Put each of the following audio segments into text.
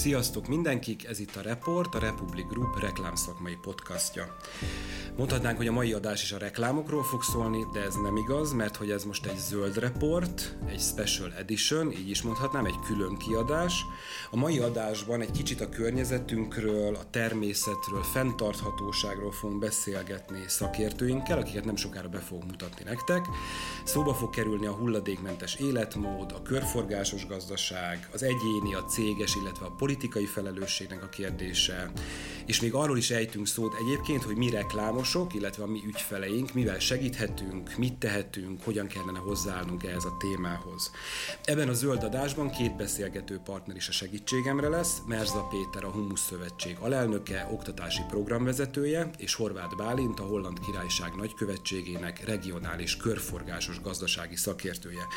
Sziasztok mindenkik, ez itt a Report, a Republic Group reklámszakmai podcastja. Mondhatnánk, hogy a mai adás is a reklámokról fog szólni, de ez nem igaz, mert hogy ez most egy zöld report, egy special edition, így is mondhatnám, egy külön kiadás. A mai adásban egy kicsit a környezetünkről, a természetről, fenntarthatóságról fogunk beszélgetni szakértőinkkel, akiket nem sokára be fogunk mutatni nektek. Szóba fog kerülni a hulladékmentes életmód, a körforgásos gazdaság, az egyéni, a céges, illetve a politikai felelősségnek a kérdése, és még arról is ejtünk szót egyébként, hogy mi reklámosok, illetve a mi ügyfeleink, mivel segíthetünk, mit tehetünk, hogyan kellene hozzáállnunk ehhez a témához. Ebben a zöld adásban két beszélgető partner is a segítségemre lesz, Merza Péter, a Humusz Szövetség alelnöke, oktatási programvezetője, és Horváth Bálint, a Holland Királyság nagykövetségének regionális körforgásos gazdasági szakértője.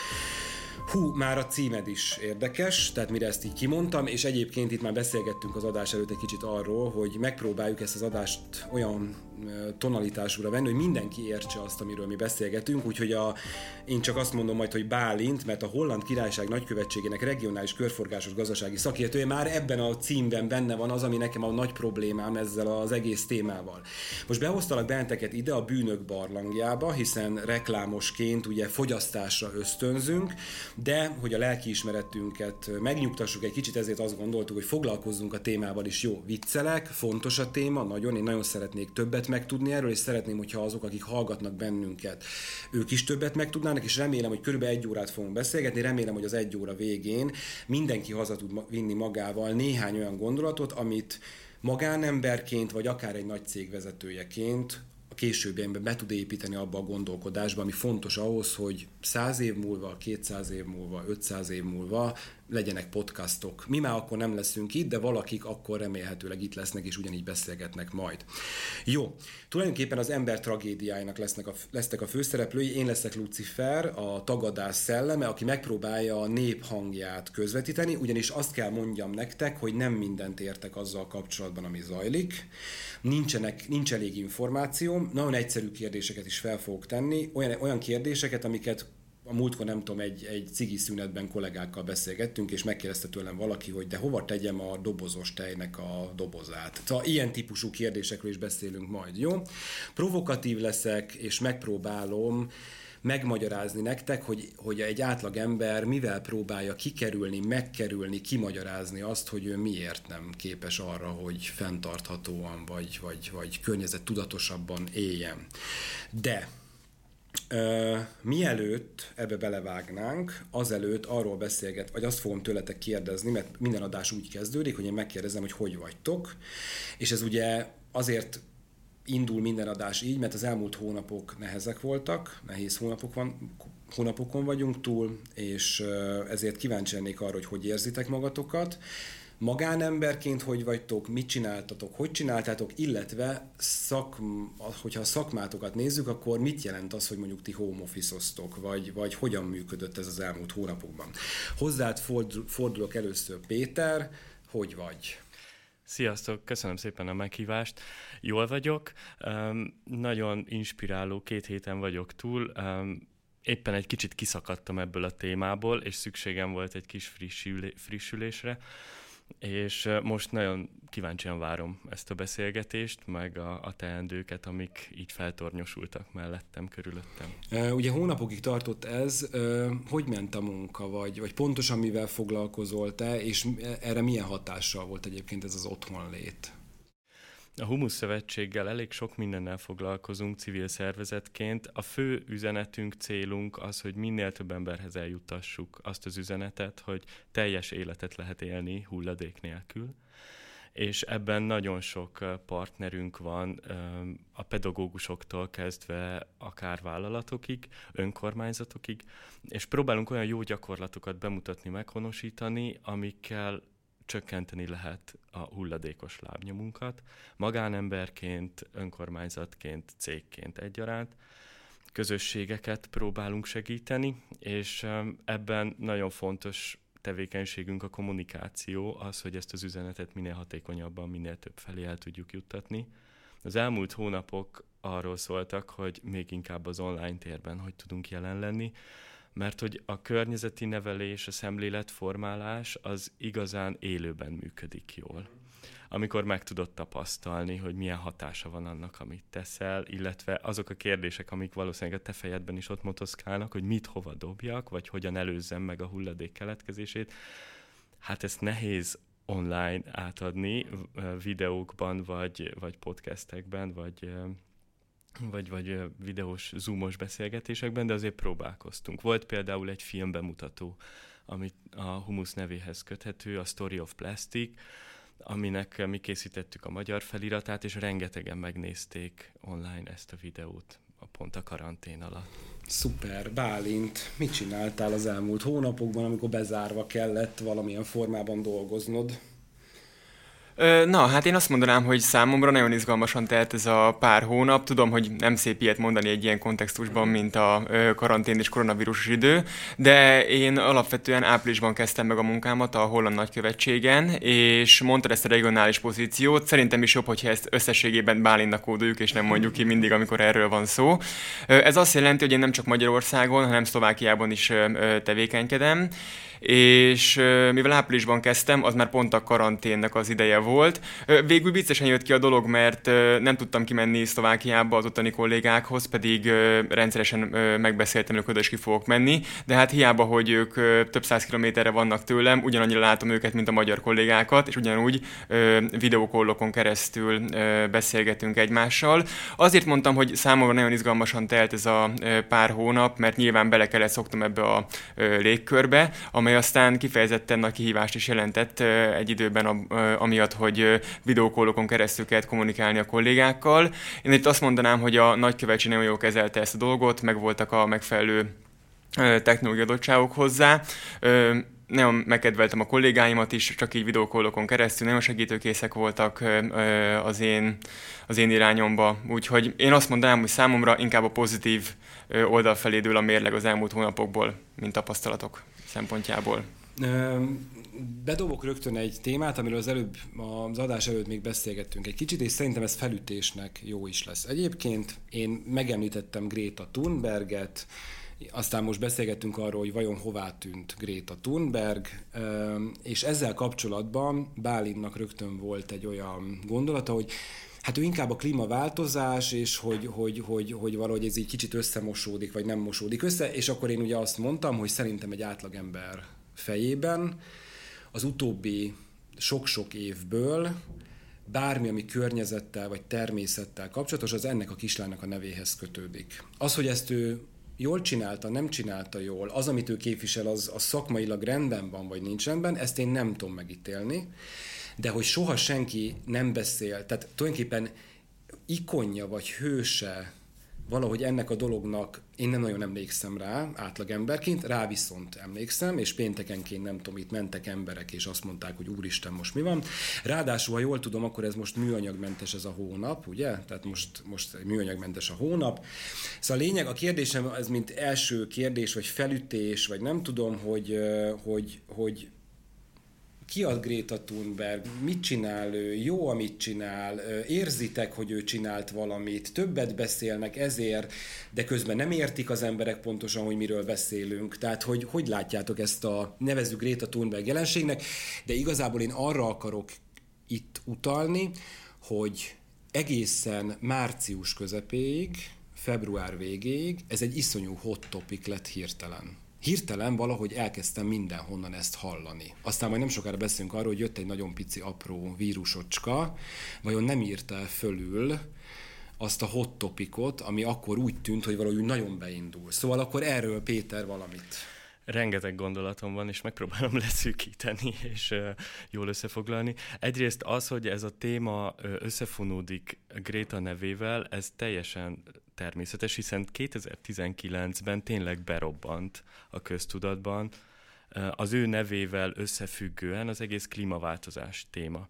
Már a címed is érdekes, tehát mire ezt így kimondtam, és egyébként itt már beszélgettünk az adás előtt egy kicsit arról, hogy megpróbáljuk ezt az adást olyan tonalitásúra venni, hogy mindenki értse azt, amiről mi beszélgetünk, úgyhogy én csak azt mondom majd, hogy Bálint, mert a Holland Királyság nagykövetségének regionális körforgásos gazdasági szakértője, már ebben a címben benne van az, ami nekem a nagy problémám ezzel az egész témával. Most behoztalak benneteket ide a bűnök barlangjába, hiszen reklámosként ugye fogyasztásra ösztönzünk, de hogy a lelkiismeretünket megnyugtassuk egy kicsit, ezért azt gondoltuk, hogy foglalkozzunk a témával is. Jó, viccelek, fontos a téma, én nagyon szeretnék többet megtudni erről, és szeretném, hogyha azok, akik hallgatnak bennünket, ők is többet megtudnának, és remélem, hogy körülbelül 1 órát fogunk beszélgetni, remélem, hogy az 1 óra végén mindenki haza tud vinni magával néhány olyan gondolatot, amit magánemberként, vagy akár egy nagy cég vezetőjeként a későbbiekben be tud építeni abba a gondolkodásba, ami fontos ahhoz, hogy 100 év múlva, 200 év múlva, 500 év múlva legyenek podcastok. Mi már akkor nem leszünk itt, de valakik akkor remélhetőleg itt lesznek, és ugyanígy beszélgetnek majd. Jó, tulajdonképpen az ember tragédiájának lesznek a főszereplői. Én leszek Lucifer, a tagadás szelleme, aki megpróbálja a nép hangját közvetíteni, ugyanis azt kell mondjam nektek, hogy nem mindent értek azzal kapcsolatban, ami zajlik. Nincs elég információm, nagyon egyszerű kérdéseket is fel fogok tenni, olyan kérdéseket, amiket a múltkor nem tudom, egy cigi szünetben kollégákkal beszélgettünk, és megkérdezte tőlem valaki, hogy de hova tegyem a dobozos tejnek a dobozát. Szóval ilyen típusú kérdésekről is beszélünk majd, jó? Provokatív leszek, és megpróbálom megmagyarázni nektek, hogy egy átlag ember mivel próbálja kikerülni, megkerülni, kimagyarázni azt, hogy ő miért nem képes arra, hogy fenntarthatóan, vagy környezettudatosabban éljen. De mielőtt ebbe belevágnánk, azelőtt arról vagy azt fogom tőletek kérdezni, mert minden adás úgy kezdődik, hogy én megkérdezem, hogy vagytok, és ez ugye azért indul minden adás így, mert az elmúlt hónapok nehezek voltak, nehéz hónapokon vagyunk túl, és ezért kíváncsi lennék arra, hogy érzitek magatokat. Magánemberként hogy vagytok, mit csináltatok, hogy csináltátok, illetve hogyha a szakmátokat nézzük, akkor mit jelent az, hogy mondjuk ti home office-oztok, vagy hogyan működött ez az elmúlt hónapokban. Hozzád fordulok először, Péter, hogy vagy? Sziasztok, köszönöm szépen a meghívást. Jól vagyok, nagyon inspiráló, 2 héten vagyok túl, éppen egy kicsit kiszakadtam ebből a témából, és szükségem volt egy kis frissülésre, és most nagyon kíváncsian várom ezt a beszélgetést, meg a teendőket, amik így feltornyosultak mellettem, körülöttem. Ugye hónapokig tartott ez, hogy ment a munka, vagy pontosan mivel foglalkozol te, és erre milyen hatással volt egyébként ez az otthonlét? A Humusz Szövetséggel elég sok mindennel foglalkozunk civil szervezetként. A fő üzenetünk, célunk az, hogy minél több emberhez eljuttassuk azt az üzenetet, hogy teljes életet lehet élni hulladék nélkül. És ebben nagyon sok partnerünk van, a pedagógusoktól kezdve akár vállalatokig, önkormányzatokig, és próbálunk olyan jó gyakorlatokat bemutatni, meghonosítani, amikkel csökkenteni lehet a hulladékos lábnyomunkat, magánemberként, önkormányzatként, cégként egyaránt. Közösségeket próbálunk segíteni, és ebben nagyon fontos tevékenységünk a kommunikáció, az, hogy ezt az üzenetet minél hatékonyabban, minél több felé el tudjuk juttatni. Az elmúlt hónapok arról szóltak, hogy még inkább az online térben hogy tudunk jelen lenni. mert hogy a környezeti nevelés, a szemléletformálás az igazán élőben működik jól. Amikor meg tudod tapasztalni, hogy milyen hatása van annak, amit teszel, illetve azok a kérdések, amik valószínűleg a te fejedben is ott motoszkálnak, hogy mit hova dobjak, vagy hogyan előzzem meg a hulladék keletkezését, hát ezt nehéz online átadni videókban, vagy podcastekben, vagy videós, zoomos beszélgetésekben, de azért próbálkoztunk. Volt például egy filmbemutató, amit a Humusz nevéhez köthető, a Story of Plastic, aminek mi készítettük a magyar feliratát, és rengetegen megnézték online ezt a videót pont a karantén alatt. Szuper. Bálint, mit csináltál az elmúlt hónapokban, amikor bezárva kellett valamilyen formában dolgoznod? Na, hát én azt mondanám, hogy számomra nagyon izgalmasan telt ez a pár hónap. Tudom, hogy nem szép ilyet mondani egy ilyen kontextusban, mint a karantén és koronavírusos idő, de én alapvetően áprilisban kezdtem meg a munkámat a holland nagykövetségen, és mondtad ezt a regionális pozíciót. Szerintem is jobb, hogyha ezt összességében Bálintnak kódoljuk, és nem mondjuk ki mindig, amikor erről van szó. Ez azt jelenti, hogy én nem csak Magyarországon, hanem Szlovákiában is tevékenykedem, és mivel áprilisban kezdtem, az már pont a karanténnek az ideje volt. Végül viccesen jött ki a dolog, mert nem tudtam kimenni Szlovákiába az ottani kollégákhoz, pedig rendszeresen megbeszéltem, hogy oda is ki fogok menni, de hát hiába, hogy ők több 100 kilométerre vannak tőlem, ugyanannyira látom őket, mint a magyar kollégákat, és ugyanúgy videókollokon keresztül beszélgetünk egymással. Azért mondtam, hogy számomra nagyon izgalmasan telt ez a pár hónap, mert nyilván bele kellett szoknom ebbe a légkörbe, amely aztán kifejezetten nagy kihívást is jelentett egy időben, amiatt, hogy videókollokon keresztül kellett kommunikálni a kollégákkal. Én itt azt mondanám, hogy a nagykövetség nagyon jól kezelte ezt a dolgot, meg voltak a megfelelő technológiai adottságok hozzá. Nagyon megkedveltem a kollégáimat is, csak így videókollokon keresztül, nagyon segítőkészek voltak az én irányomba. Úgyhogy én azt mondanám, hogy számomra inkább a pozitív oldal felé dől a mérleg az elmúlt hónapokból, mint tapasztalatok szempontjából. Bedobok rögtön egy témát, amiről az adás előtt még beszélgettünk egy kicsit, és szerintem ez felütésnek jó is lesz. Egyébként én megemlítettem Greta Thunberget, aztán most beszélgettünk arról, hogy vajon hová tűnt Greta Thunberg, és ezzel kapcsolatban Bálintnak rögtön volt egy olyan gondolata, hogy hát ő inkább a klímaváltozás, és hogy valahogy ez így kicsit összemosódik, vagy nem mosódik össze, és akkor én ugye azt mondtam, hogy szerintem egy átlagember fejében az utóbbi sok-sok évből bármi, ami környezettel vagy természettel kapcsolatos, az ennek a kislánynak a nevéhez kötődik. Az, hogy ezt ő jól csinálta, nem csinálta jól, az, amit ő képvisel, az szakmailag rendben van, vagy nincs rendben, ezt én nem tudom megítélni, de hogy soha senki nem beszél, tehát tulajdonképpen ikonja vagy hőse valahogy ennek a dolognak, én nem nagyon emlékszem rá átlagemberként, rá viszont emlékszem, és péntekenként nem tudom, itt mentek emberek, és azt mondták, hogy úristen, most mi van. Ráadásul, ha jól tudom, akkor ez most műanyagmentes ez a hónap, ugye? Tehát most műanyagmentes a hónap. Szóval a lényeg, a kérdésem, ez mint első kérdés, vagy felütés, vagy nem tudom, hogy ki a Greta Thunberg, mit csinál ő, jó, amit csinál, érzitek, hogy ő csinált valamit, többet beszélnek ezért, de közben nem értik az emberek pontosan, hogy miről beszélünk. Tehát, hogy látjátok ezt a nevezzük Greta Thunberg jelenségnek, de igazából én arra akarok itt utalni, hogy egészen március közepéig, február végéig ez egy iszonyú hot topic lett hirtelen. Hirtelen valahogy elkezdtem mindenhonnan ezt hallani. Aztán majd nem sokára beszélünk arról, hogy jött egy nagyon pici apró vírusocska, vajon nem írta fölül azt a hot topicot, ami akkor úgy tűnt, hogy valahogy nagyon beindul. Szóval akkor erről Péter valamit. Rengeteg gondolatom van, és megpróbálom leszűkíteni, és jól összefoglalni. Egyrészt az, hogy ez a téma összefonódik Greta nevével, ez teljesen természetes, hiszen 2019-ben tényleg berobbant a köztudatban az ő nevével összefüggően az egész klímaváltozás téma.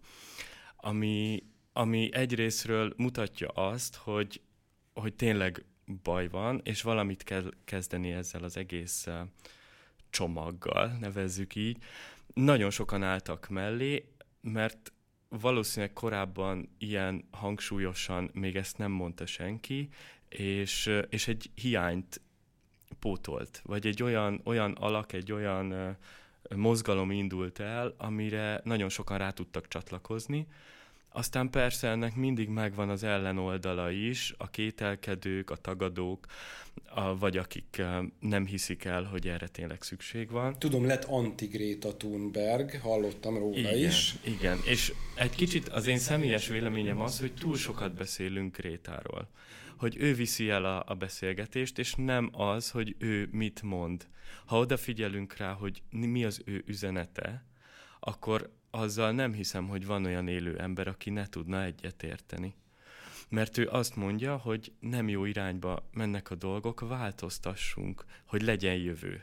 Ami egyrészről mutatja azt, hogy tényleg baj van, és valamit kell kezdeni ezzel az egész csomaggal, nevezzük így. Nagyon sokan álltak mellé, mert valószínűleg korábban ilyen hangsúlyosan még ezt nem mondta senki, és egy hiányt pótolt, vagy egy olyan alak, egy olyan mozgalom indult el, amire nagyon sokan rá tudtak csatlakozni. Aztán persze ennek mindig megvan az ellenoldala is, a kételkedők, a tagadók, vagy akik nem hiszik el, hogy erre tényleg szükség van. Tudom, lett anti-Greta Thunberg, hallottam róla is. Igen, és egy kicsit az én személyes véleményem az, hogy túl sokat beszélünk Grétáról. Hogy ő viszi el a beszélgetést, és nem az, hogy ő mit mond. Ha odafigyelünk rá, hogy mi az ő üzenete, akkor azzal nem hiszem, hogy van olyan élő ember, aki ne tudna egyetérteni. Mert ő azt mondja, hogy nem jó irányba mennek a dolgok, változtassunk, hogy legyen jövő.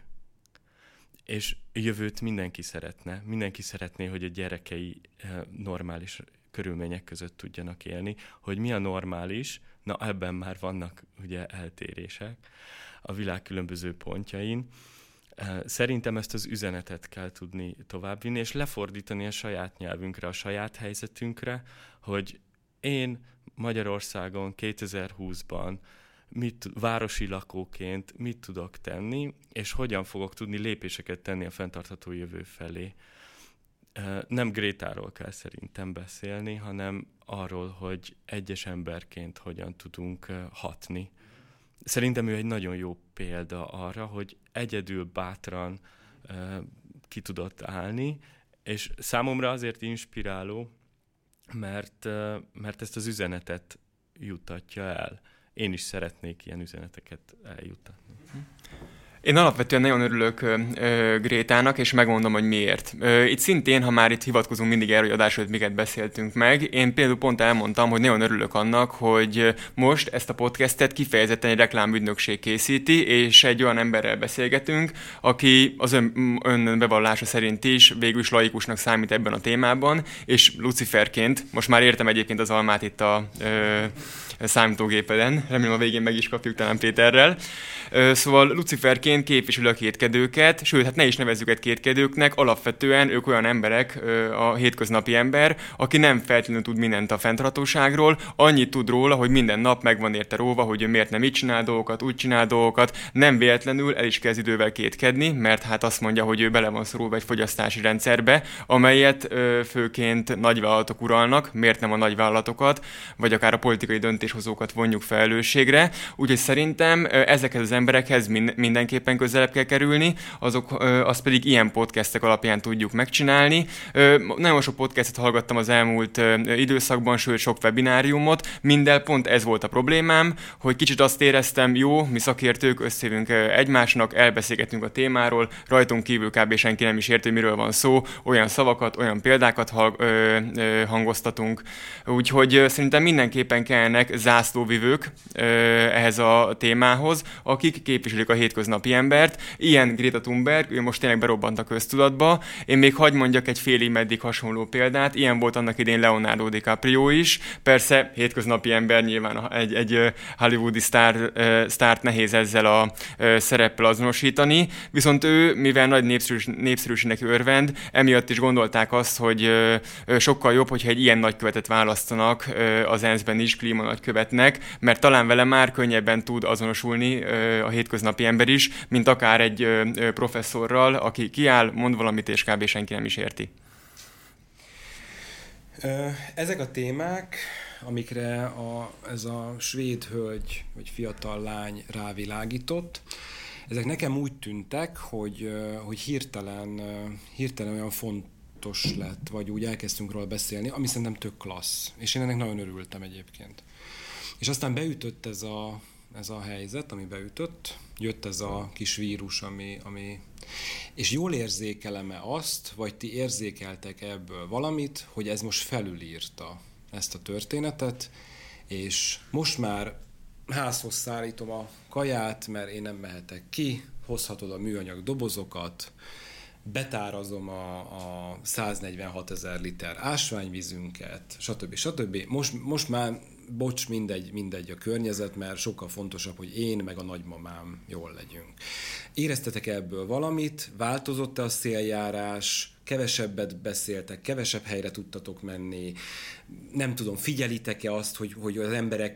És jövőt mindenki szeretne. Mindenki szeretné, hogy a gyerekei normális körülmények között tudjanak élni. Hogy mi a normális, na ebben már vannak ugye eltérések a világ különböző pontjain. Szerintem ezt az üzenetet kell tudni továbbvinni, és lefordítani a saját nyelvünkre, a saját helyzetünkre, hogy én Magyarországon 2020-ban városi lakóként mit tudok tenni, és hogyan fogok tudni lépéseket tenni a fenntartható jövő felé. Nem Grétáról kell szerintem beszélni, hanem arról, hogy egyes emberként hogyan tudunk hatni. Szerintem ő egy nagyon jó példa arra, hogy egyedül bátran ki tudott állni, és számomra azért inspiráló, mert ezt az üzenetet juttatja el. Én is szeretnék ilyen üzeneteket eljuttatni. Én alapvetően nagyon örülök Grétának, és megmondom, hogy miért. Itt szintén, ha már itt hivatkozunk mindig erről, hogy adás előtt miket beszéltünk meg, én például pont elmondtam, hogy nagyon örülök annak, hogy most ezt a podcastet kifejezetten egy reklámügynökség készíti, és egy olyan emberrel beszélgetünk, aki az ön bevallása szerint is végül is laikusnak számít ebben a témában, és Luciferként, most már értem egyébként az almát itt a számítógépeden, remélem a végén meg is kapjuk talán Péterrel. Szóval Luciferként képvisül a kétkedőket, sőt, hát ne is nevezzük egy kétkedőknek, alapvetően ők olyan emberek, a hétköznapi ember, aki nem feltétlenül tud mindent a fenntarthatóságról, annyit tud róla, hogy minden nap meg van érte róva, hogy ő miért nem így csinál dolgokat, úgy csinál dolgokat, nem véletlenül el is kezd idővel kétkedni, mert hát azt mondja, hogy ő bele van szorulva egy fogyasztási rendszerbe, amelyet főként nagyvállalatok uralnak, miért nem a nagyvállalatokat, vagy akár a politikai döntéshozókat vonjuk felelősségre. Úgyhogy szerintem ezekhez az emberekhez mindenképpen közelebb kell kerülni, azt pedig ilyen podcastek alapján tudjuk megcsinálni. Nagyon sok podcastet hallgattam az elmúlt időszakban, sőt sok webináriumot, minden pont ez volt a problémám, hogy kicsit azt éreztem, jó, mi szakértők összejövünk egymásnak, elbeszélgetünk a témáról, rajtunk kívül kb. Senki nem is érti, miről van szó, olyan szavakat, olyan példákat hangoztatunk, úgyhogy szerintem mindenképpen kellnek zászlóvivők ehhez a témához, akik képviselik a hétköznapi embert. Ilyen Greta Thunberg, ő most tényleg berobbant a köztudatba. Én még hadd mondjak egy félig meddig hasonló példát. Ilyen volt annak idén Leonardo DiCaprio is. Persze hétköznapi ember, nyilván egy hollywoodi sztárt nehéz ezzel a szereppel azonosítani. Viszont ő, mivel nagy népszerűségnek örvend, emiatt is gondolták azt, hogy sokkal jobb, hogyha egy ilyen nagykövetet választanak az ENSZ-ben is klímanagykövetnek, mert talán vele már könnyebben tud azonosulni a hétköznapi ember is, mint akár egy professzorral, aki kiáll, mond valamit, és kb. Senki nem is érti. Ezek a témák, amikre ez a svéd hölgy, vagy fiatal lány rávilágított, ezek nekem úgy tűntek, hogy hirtelen olyan fontos lett, vagy úgy elkezdtünk róla beszélni, ami szerintem tök klassz. És én ennek nagyon örültem egyébként. És aztán beütött ez a helyzet, ami beütött, jött ez a kis vírus, ami... És jól érzékelem-e azt, vagy ti érzékeltek ebből valamit, hogy ez most felülírta ezt a történetet, és most már házhoz szállítom a kaját, mert én nem mehetek ki, hozhatod a műanyag dobozokat, betárazom a 146 000 liter ásványvízünket, stb. Most már, bocs, mindegy a környezet, mert sokkal fontosabb, hogy én meg a nagymamám jól legyünk. Éreztetek ebből valamit? Változott-e a széljárás? Kevesebbet beszéltek, kevesebb helyre tudtatok menni? Nem tudom, figyelitek-e azt, hogy az emberek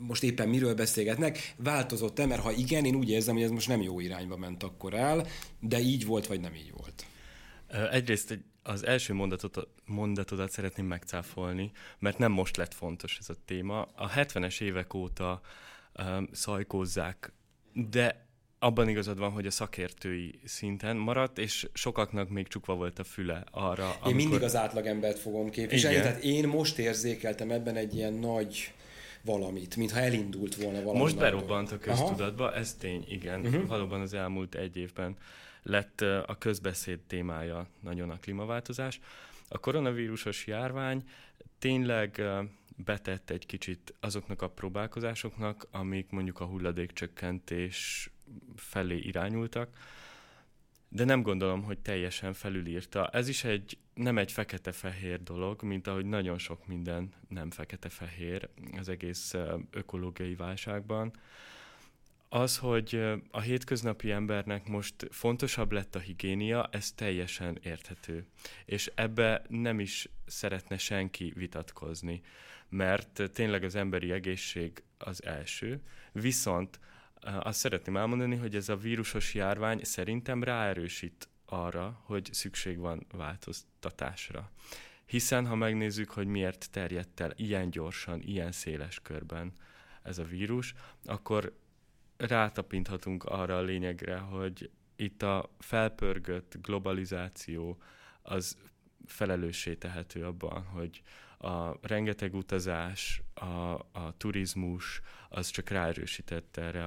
most éppen miről beszélgetnek, változott-e, mert ha igen, én úgy érzem, hogy ez most nem jó irányba ment akkor el, de így volt, vagy nem így volt. Egyrészt az első mondatodat szeretném megcáfolni, mert nem most lett fontos ez a téma. A 70-es évek óta szajkózzák, de abban igazad van, hogy a szakértői szinten maradt, és sokaknak még csukva volt a füle arra, amikor... Én mindig az átlagembert fogom képviselni, tehát én most érzékeltem ebben egy ilyen nagy valamit, mintha elindult volna valami. Most berobbant a köztudatba, ez tény, igen. Valóban az elmúlt egy évben lett a közbeszéd témája nagyon a klímaváltozás. A koronavírusos járvány tényleg betett egy kicsit azoknak a próbálkozásoknak, amik mondjuk a hulladékcsökkentés felé irányultak, de nem gondolom, hogy teljesen felülírta. Ez is nem egy fekete-fehér dolog, mint ahogy nagyon sok minden nem fekete-fehér az egész ökológiai válságban. Az, hogy a hétköznapi embernek most fontosabb lett a higiénia, ez teljesen érthető. És ebbe nem is szeretne senki vitatkozni, mert tényleg az emberi egészség az első. Viszont azt szeretném elmondani, hogy ez a vírusos járvány szerintem ráerősít arra, hogy szükség van változtatásra. Hiszen, ha megnézzük, hogy miért terjedt el ilyen gyorsan, ilyen széles körben ez a vírus, akkor rátapinthatunk arra a lényegre, hogy itt a felpörgött globalizáció az felelőssé tehető abban, hogy a rengeteg utazás, a turizmus, az csak ráerősített erre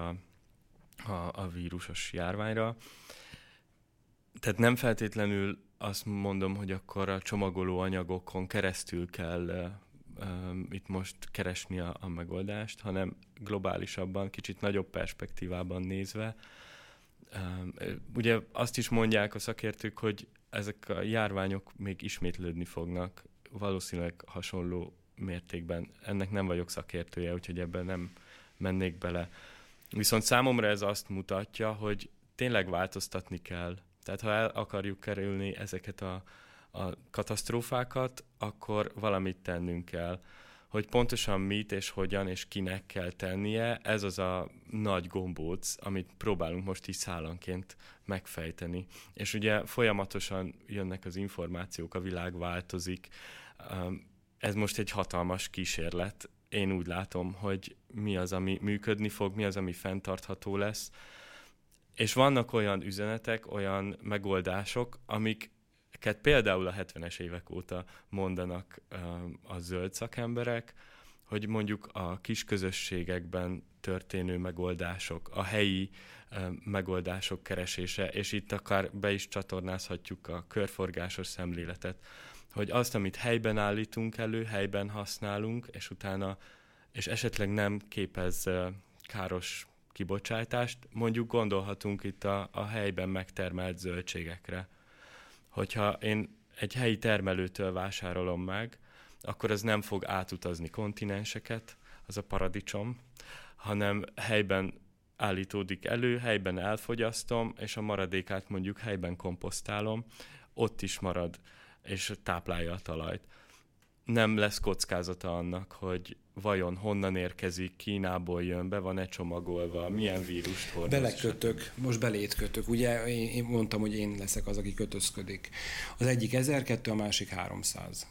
a vírusos járványra. Tehát nem feltétlenül azt mondom, hogy akkor a csomagoló anyagokon keresztül kell itt most keresni a megoldást, hanem globálisabban, kicsit nagyobb perspektívában nézve. Ugye azt is mondják a szakértők, hogy ezek a járványok még ismétlődni fognak, valószínűleg hasonló mértékben. Ennek nem vagyok szakértője, úgyhogy ebben nem mennék bele. Viszont számomra ez azt mutatja, hogy tényleg változtatni kell. Tehát ha el akarjuk kerülni ezeket a katasztrófákat, akkor valamit tennünk kell. Hogy pontosan mit és hogyan és kinek kell tennie, ez az a nagy gombóc, amit próbálunk most így szállanként megfejteni. És ugye folyamatosan jönnek az információk, a világ változik. Ez most egy hatalmas kísérlet. Én úgy látom, hogy mi az, ami működni fog, mi az, ami fenntartható lesz. És vannak olyan üzenetek, olyan megoldások, amiket például a 70-es évek óta mondanak a zöld szakemberek, hogy mondjuk a kis közösségekben történő megoldások, a helyi megoldások keresése, és itt akár be is csatornázhatjuk a körforgásos szemléletet, hogy azt, amit helyben állítunk elő, helyben használunk, és esetleg nem képez káros kibocsátást, mondjuk gondolhatunk itt a helyben megtermelt zöldségekre. Hogyha én egy helyi termelőtől vásárolom meg, akkor az nem fog átutazni kontinenseket, az a paradicsom, hanem helyben állítódik elő, helyben elfogyasztom, és a maradékát mondjuk helyben komposztálom, ott is marad, és táplálja a talajt. Nem lesz kockázata annak, hogy vajon honnan érkezik, Kínából jön, be van-e csomagolva, milyen vírust hordoz. Belekötök, most belét kötök. Ugye én mondtam, hogy én leszek az, aki kötözködik. Az egyik 1002, a másik 300.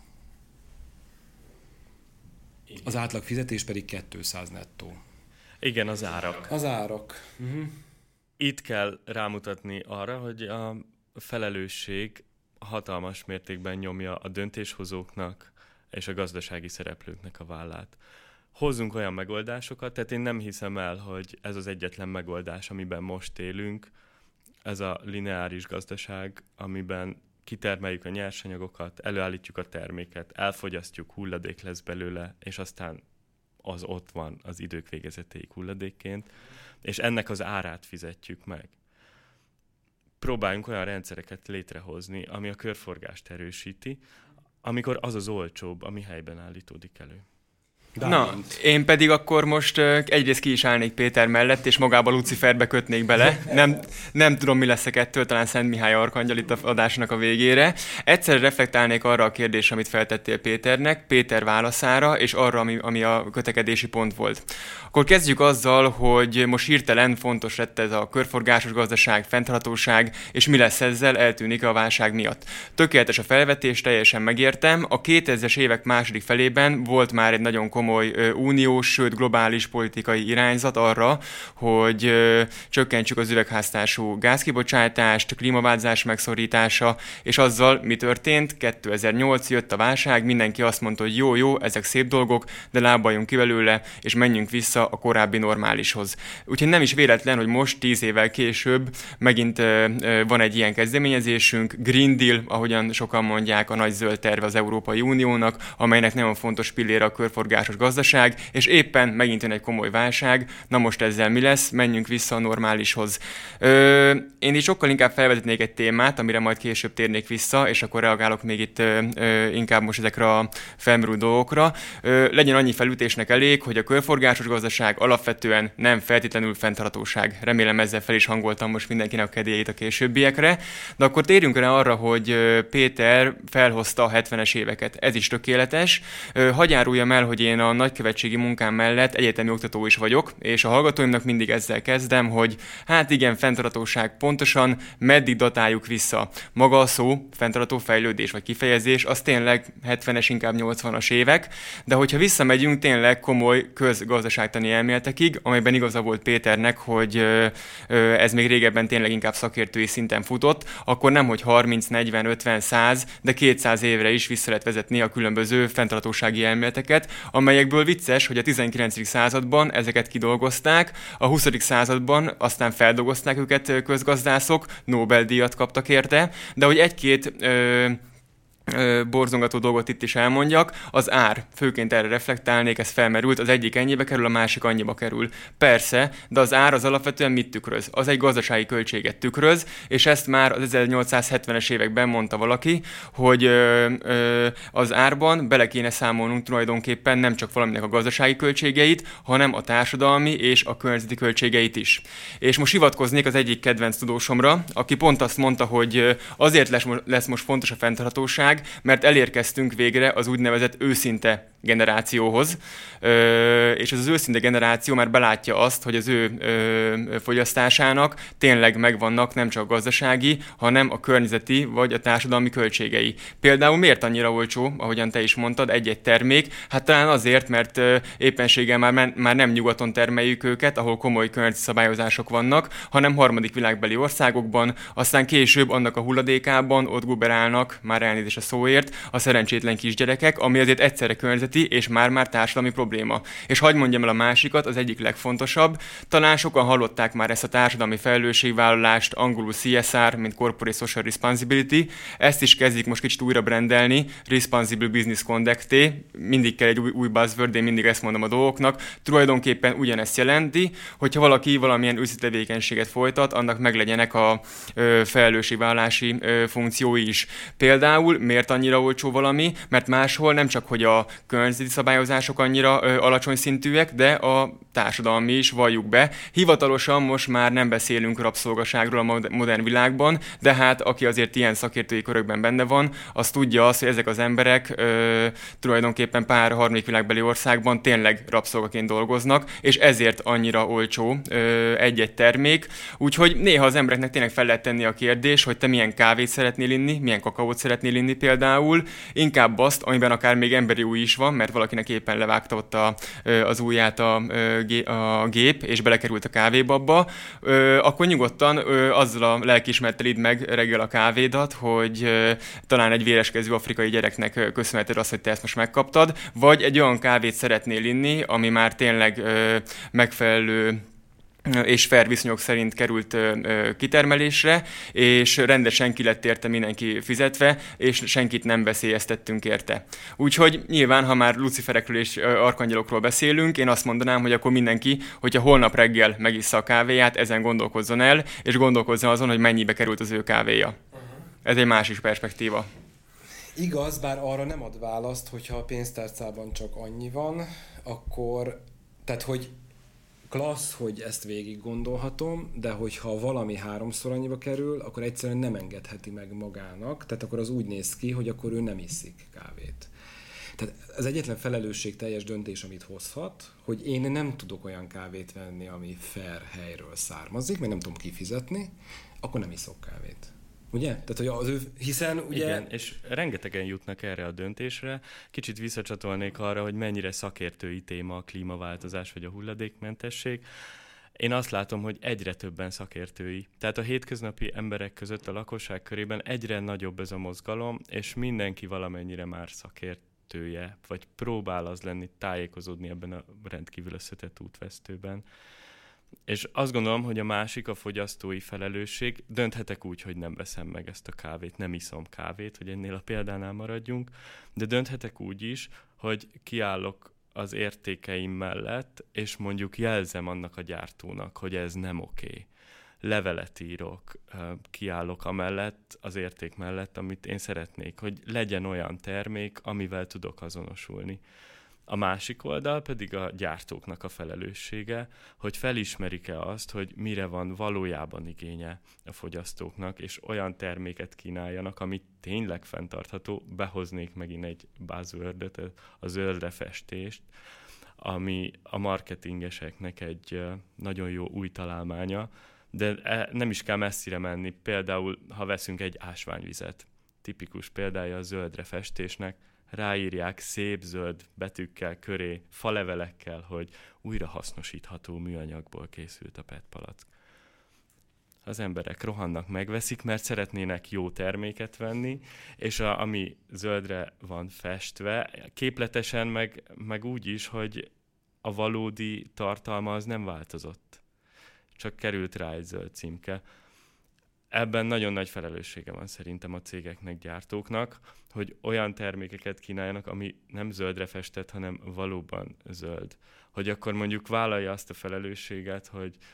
Igen. Az átlag fizetés pedig 200 nettó. Igen, az árak. Az árak. Uh-huh. Itt kell rámutatni arra, hogy a felelősség hatalmas mértékben nyomja a döntéshozóknak és a gazdasági szereplőknek a vállát. Hozzunk olyan megoldásokat, tehát én nem hiszem el, hogy ez az egyetlen megoldás, amiben most élünk, ez a lineáris gazdaság, amiben kitermeljük a nyersanyagokat, előállítjuk a terméket, elfogyasztjuk, hulladék lesz belőle, és aztán az ott van az idők végezetéig hulladékként, és ennek az árát fizetjük meg. Próbáljunk olyan rendszereket létrehozni, ami a körforgást erősíti, amikor az az olcsóbb, ami helyben állítódik elő. Na, én pedig akkor most egyrészt ki is állnék Péter mellett, és magába Luciferbe kötnék bele. Nem tudom, mi lesz ettől, talán Szent Mihály Arkangyal itt a adásnak a végére. Egyszer reflektálnék arra a kérdésre, amit feltettél Péternek, Péter válaszára, és arra, ami a kötekedési pont volt. Akkor kezdjük azzal, hogy most hirtelen fontos lett ez a körforgásos gazdaság, fenntarthatóság, és mi lesz ezzel, eltűnik a válság miatt. Tökéletes a felvetés, teljesen megértem. A 2000-es évek második felében volt már egy nagyon komoly uniós, sőt globális politikai irányzat arra, hogy csökkentsük az üvegházhatású gázkibocsátást, klímaváltozás megszorítása, és azzal mi történt? 2008 jött a válság, mindenki azt mondta, hogy jó, ezek szép dolgok, de lábaljunk ki belőle, és menjünk vissza a korábbi normálishoz. Úgyhogy nem is véletlen, hogy most 10 évvel később megint van egy ilyen kezdeményezésünk, Green Deal, ahogyan sokan mondják, a nagy zöld terve az Európai Uniónak, amelynek nagyon fontos pillére a körforgásos gazdaság, és éppen megint jön egy komoly válság. Na most ezzel mi lesz? Menjünk vissza a normálishoz. Én is sokkal inkább felvezetnék egy témát, amire majd később térnék vissza, és akkor reagálok még itt inkább most ezekre a felmerülő dolgokra. Legyen annyi felütésnek elég, hogy a körforgásos gazdaság alapvetően nem feltétlenül fenntarthatóság. Remélem ezzel fel is hangoltam most mindenkinek a kedélyét a későbbiekre. De akkor térjünk rá arra, hogy Péter felhozta a 70-es éveket. Ez is tökéletes. Hadd járuljam el, hogy én a nagykövetségi munkám mellett egyetemi oktató is vagyok, és a hallgatóimnak mindig ezzel kezdem, hogy hát igen, fenntarthatóság pontosan, meddig datáljuk vissza. Maga a szó, fenntartható fejlődés vagy kifejezés, az tényleg 70-es, inkább 80-as évek, de hogyha visszamegyünk tényleg komoly közgazdaságtani elméletekig, amelyben igaza volt Péternek, hogy ez még régebben tényleg inkább szakértői szinten futott, akkor nem, hogy 30, 40, 50, 100, de 200 évre is vissza lehet vezetni a különböző fenntarthatósági elméleteket, amelyekből vicces, hogy a 19. században ezeket kidolgozták, a 20. században aztán feldolgozták őket közgazdászok, Nobel-díjat kaptak érte, de hogy egy-két borzongató dolgot itt is elmondjak, az ár, főként erre reflektálnék, ez felmerült, az egyik ennyibe kerül, a másik annyiba kerül. Persze, de az ár az alapvetően mit tükröz? Az egy gazdasági költséget tükröz, és ezt már az 1870-es években mondta valaki, hogy az árban bele kéne számolnunk tulajdonképpen nem csak valaminek a gazdasági költségeit, hanem a társadalmi és a környezeti költségeit is. És most hivatkoznék az egyik kedvenc tudósomra, aki pont azt mondta, hogy azért lesz most fontos a fenntarthatóság, mert elérkeztünk végre az úgynevezett őszinte generációhoz, és ez az őszinte generáció már belátja azt, hogy az ő fogyasztásának tényleg megvannak nem csak gazdasági, hanem a környezeti vagy a társadalmi költségei. Például miért annyira olcsó, ahogyan te is mondtad, egy-egy termék? Hát talán azért, mert éppenséggel már nem nyugaton termeljük őket, ahol komoly környezeti szabályozások vannak, hanem harmadik világbeli országokban, aztán később annak a hulladékában ott guberálnak, már elnézést a szóért, a szerencsétlen kisgyerekek, ami azért egyszerre környezeti és már társadalmi probléma. És hadd mondjam el a másikat, az egyik legfontosabb. Talán sokan hallották már ezt a társadalmi felelősségvállalást, angolul CSR, mint Corporate Social Responsibility. Ezt is kezdik most kicsit újra brandelni, Responsible Business Conduct. Mindig kell egy új buzzword, én mindig ezt mondom a dolgoknak. Tulajdonképpen ugyanezt jelenti, hogyha valaki valamilyen őszi tevékenységet folytat, annak meglegyenek a felelősségvállalási funkciói is. Például miért annyira olcsó valami? Mert máshol nem csak, hogy a környezeti szabályozások annyira alacsony szintűek, de a társadalmi is, valljuk be. Hivatalosan most már nem beszélünk rabszolgaságról a modern világban, de hát aki azért ilyen szakértői körökben benne van, az tudja azt, hogy ezek az emberek tulajdonképpen pár harmadik világbeli országban tényleg rabszolgaként dolgoznak, és ezért annyira olcsó egy-egy termék. Úgyhogy néha az embereknek tényleg fel lehet tenni a kérdés, hogy te milyen kávét szeretnél inni, milyen kakaót szeretnél inni például, inkább azt, amiben akár még emberi új is van, mert valakinek éppen levágta ott az ujját a gép, és belekerült a kávébabba, akkor nyugodtan azzal a lelkiismerettel idd meg reggel a kávédat, hogy talán egy véreskező afrikai gyereknek köszönheted azt, hogy te ezt most megkaptad, vagy egy olyan kávét szeretnél inni, ami már tényleg megfelelő és fair viszonyok szerint került kitermelésre, és rendesen ki lett érte mindenki fizetve, és senkit nem veszélyeztettünk érte. Úgyhogy nyilván, ha már luciferekről és arkangyalokról beszélünk, én azt mondanám, hogy akkor mindenki, hogyha holnap reggel megissza a kávéját, ezen gondolkozzon el, és gondolkozzon azon, hogy mennyibe került az ő kávéja. Ez egy másik perspektíva. Igaz, bár arra nem ad választ, hogyha a pénztárcában csak annyi van, akkor, tehát hogy klassz, hogy ezt végig gondolhatom, de hogyha valami 3-szor annyiba kerül, akkor egyszerűen nem engedheti meg magának, tehát akkor az úgy néz ki, hogy akkor ő nem iszik kávét. Tehát az egyetlen felelősségteljes döntés, amit hozhat, hogy én nem tudok olyan kávét venni, ami fair helyről származik, mert nem tudom kifizetni, akkor nem iszok kávét. Ugye? Tehát, hogy az ő, hiszen ugye... Igen, és rengetegen jutnak erre a döntésre. Kicsit visszacsatolnék arra, hogy mennyire szakértői téma a klímaváltozás vagy a hulladékmentesség. Én azt látom, hogy egyre többen szakértői. Tehát a hétköznapi emberek között, a lakosság körében egyre nagyobb ez a mozgalom, és mindenki valamennyire már szakértője, vagy próbál az lenni, tájékozódni ebben a rendkívül összetett útvesztőben. És azt gondolom, hogy a másik, a fogyasztói felelősség. Dönthetek úgy, hogy nem veszem meg ezt a kávét, nem iszom kávét, hogy ennél a példánál maradjunk, de dönthetek úgy is, hogy kiállok az értékeim mellett, és mondjuk jelzem annak a gyártónak, hogy ez nem oké. Levelet írok, kiállok amellett, az érték mellett, amit én szeretnék, hogy legyen olyan termék, amivel tudok azonosulni. A másik oldal pedig a gyártóknak a felelőssége, hogy felismerik-e azt, hogy mire van valójában igénye a fogyasztóknak, és olyan terméket kínáljanak, ami tényleg fenntartható. Behoznék megint egy buzzword-et, a zöldre festést, ami a marketingeseknek egy nagyon jó új találmánya, de nem is kell messzire menni. Például, ha veszünk egy ásványvizet, tipikus példája a zöldre festésnek, ráírják szép zöld betűkkel köré, falevelekkel, hogy újrahasznosítható műanyagból készült a PET palack. Az emberek rohannak, megveszik, mert szeretnének jó terméket venni, és ami zöldre van festve, képletesen meg úgy is, hogy a valódi tartalma az nem változott. Csak került rá egy zöld címke. Ebben nagyon nagy felelőssége van szerintem a cégeknek, gyártóknak, hogy olyan termékeket kínáljanak, ami nem zöldre festett, hanem valóban zöld. Hogy akkor mondjuk vállalja azt a felelősséget,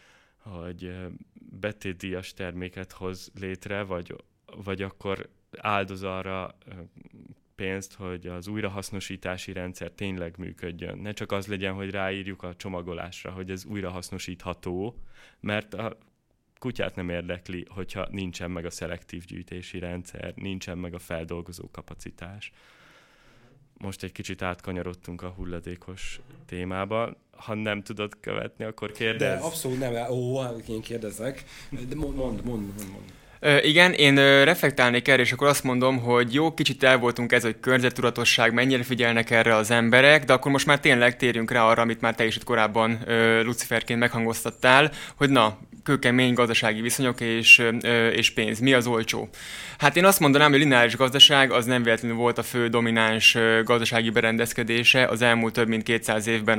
hogy betétdíjas terméket hoz létre, vagy akkor áldoz arra pénzt, hogy az újrahasznosítási rendszer tényleg működjön. Ne csak az legyen, hogy ráírjuk a csomagolásra, hogy ez újrahasznosítható, mert a kutyát nem érdekli, hogyha nincsen meg a szelektív gyűjtési rendszer, nincsen meg a feldolgozó kapacitás. Most egy kicsit átkanyarodtunk a hulladékos témába. Ha nem tudod követni, akkor kérdezz. De abszolút nem. Én kérdezek. De mondd. Igen, én reflektálnék erre, és akkor azt mondom, hogy jó, kicsit el voltunk ez, hogy környezettudatosság, mennyire figyelnek erre az emberek, de akkor most már tényleg térjünk rá arra, amit már te is itt korábban Luciferként meghangoztattál, hogy na, kőkemény gazdasági viszonyok és pénz. Mi az olcsó? Hát én azt mondanám, hogy a lineáris gazdaság az nem véletlenül volt a fő domináns gazdasági berendezkedése az elmúlt több mint 200 évben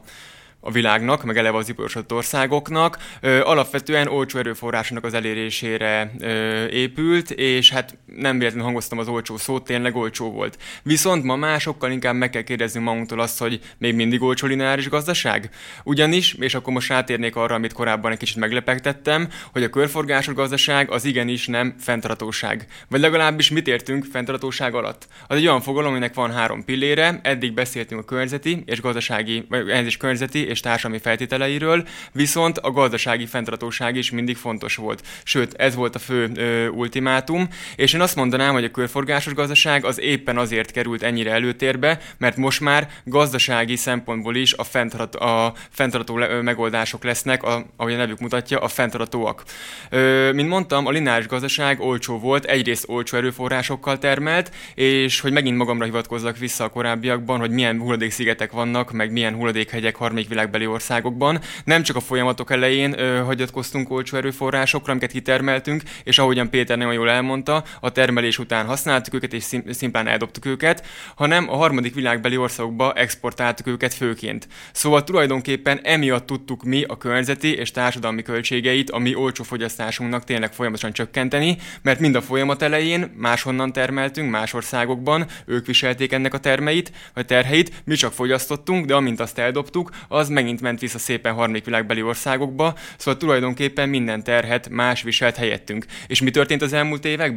a világnak, meg eleve az iparosodott országoknak, alapvetően olcsó erőforrásnak az elérésére épült, és hát nem véletlenül hangoztam az olcsó szót, tényleg olcsó volt. Viszont ma már sokkal inkább meg kell kérdezni magunktól azt, hogy még mindig olcsó lineáris gazdaság? Ugyanis, és akkor most rátérnék arra, amit korábban egy kicsit meglepegtettem, hogy a körforgásos gazdaság az igenis nem fenntarthatóság. Vagy legalábbis mit értünk fenntarthatóság alatt? Az egy olyan fogalom, aminek van 3 pillére, eddig beszéltünk a környezeti és gazdasági, környezeti és társadalmi feltételeiről, viszont a gazdasági fenntarthatóság is mindig fontos volt. Sőt, ez volt a fő ultimátum, és én azt mondanám, hogy a körforgásos gazdaság az éppen azért került ennyire előtérbe, mert most már gazdasági szempontból is a fenntartható megoldások lesznek, ahogy a nevük mutatja, a fenntarthatóak. Mint mondtam, a lineáris gazdaság olcsó volt, egyrészt olcsó erőforrásokkal termelt, és hogy megint magamra hivatkozzak vissza a korábbiakban, hogy milyen hulladékszigetek vannak, meg milyen hulladékhegyek harmadik világbeli országokban. Nem csak a folyamatok elején hagyatkoztunk olcsó erőforrásokra, amiket kitermeltünk, és ahogyan Péter nagyon jól elmondta, a termelés után használtuk őket, és szimplán eldobtuk őket, hanem a harmadik világbeli országokba exportáltuk őket főként. Szóval tulajdonképpen emiatt tudtuk mi a környezeti és társadalmi költségeit a mi olcsó fogyasztásunknak tényleg folyamatosan csökkenteni, mert mind a folyamat elején máshonnan termeltünk, más országokban, ők viselték ennek a terheit, mi csak fogyasztottunk, de amint azt eldobtuk, az megint ment vissza szépen harmadik világbeli országokba, szóval tulajdonképpen minden terhet más viselt helyettünk. És mi történt az elmúlt években?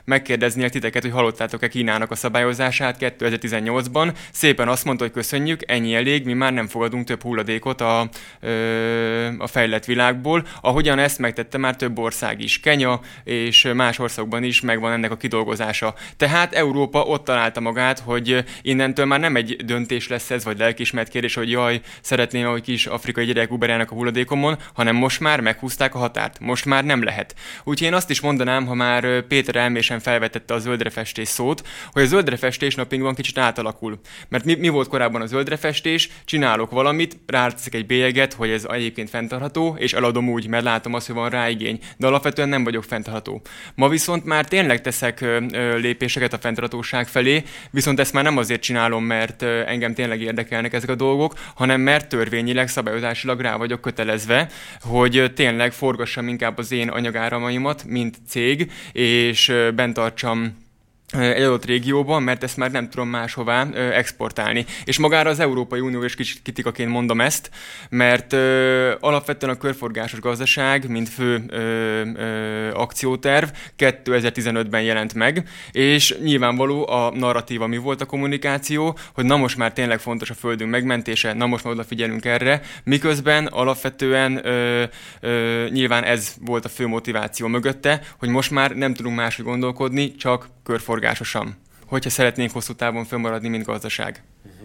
megkérdeznék titeket, hogy hallottátok-e Kínának a szabályozását 2018-ban. Szépen azt mondta, hogy köszönjük, ennyi elég, mi már nem fogadunk több hulladékot a fejlett világból, ahogyan ezt megtette már több ország is. Kenya és más országban is megvan ennek a kidolgozása. Tehát Európa ott találta magát, hogy innentől már nem egy döntés lesz ez, vagy lelkiismert kérdés, hogy jaj, szeretném, hogy kis afrikai gyerek uberelnek a hulladékomon, hanem most már meghúzták a határt. Most már nem lehet. Úgyhogy én azt is mondanám, ha már Péter elmésen felvetette a zöldrefestés szót, hogy a zöldrefestés napjainkban kicsit átalakul. Mert mi volt korábban a zöldrefestés? Csinálok valamit, ráteszek egy bélyeget, hogy ez egyébként fenntartható, és eladom úgy, mert látom azt, hogy van rá igény. De alapvetően nem vagyok fenntartható. Ma viszont már tényleg teszek lépéseket a fenntarthatóság felé, viszont ezt már nem azért csinálom, mert engem tényleg érdekelnek ezek a dolgok, hanem mert törvényileg, szabályozásilag rá vagyok kötelezve, hogy tényleg forgassam inkább az én anyagáramaimat, mint cég, és bent tartsam egy adott régióban, mert ezt már nem tudom máshová exportálni. És magára az Európai Unió is kicsit kritikaként mondom ezt, mert alapvetően a körforgásos gazdaság, mint fő akcióterv 2015-ben jelent meg, és nyilvánvaló a narratíva mi volt a kommunikáció, hogy na most már tényleg fontos a földünk megmentése, na most már odafigyelünk erre, miközben alapvetően nyilván ez volt a fő motiváció mögötte, hogy most már nem tudunk máshogy gondolkodni, csak körforgásosan, hogyha szeretnénk hosszú távon fönnmaradni, mint gazdaság.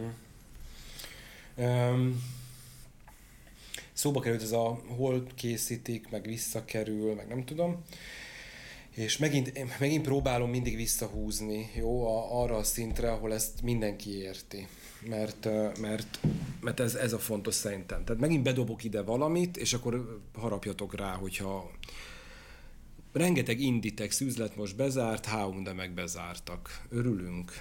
Szóba került ez a hol készítik, meg visszakerül, meg nem tudom. És megint próbálom mindig visszahúzni, jó, arra a szintre, ahol ezt mindenki érti. Mert ez a fontos szerintem. Tehát megint bedobok ide valamit, és akkor harapjatok rá, hogyha rengeteg Inditex üzlet most bezárt, H&M meg bezártak. Örülünk.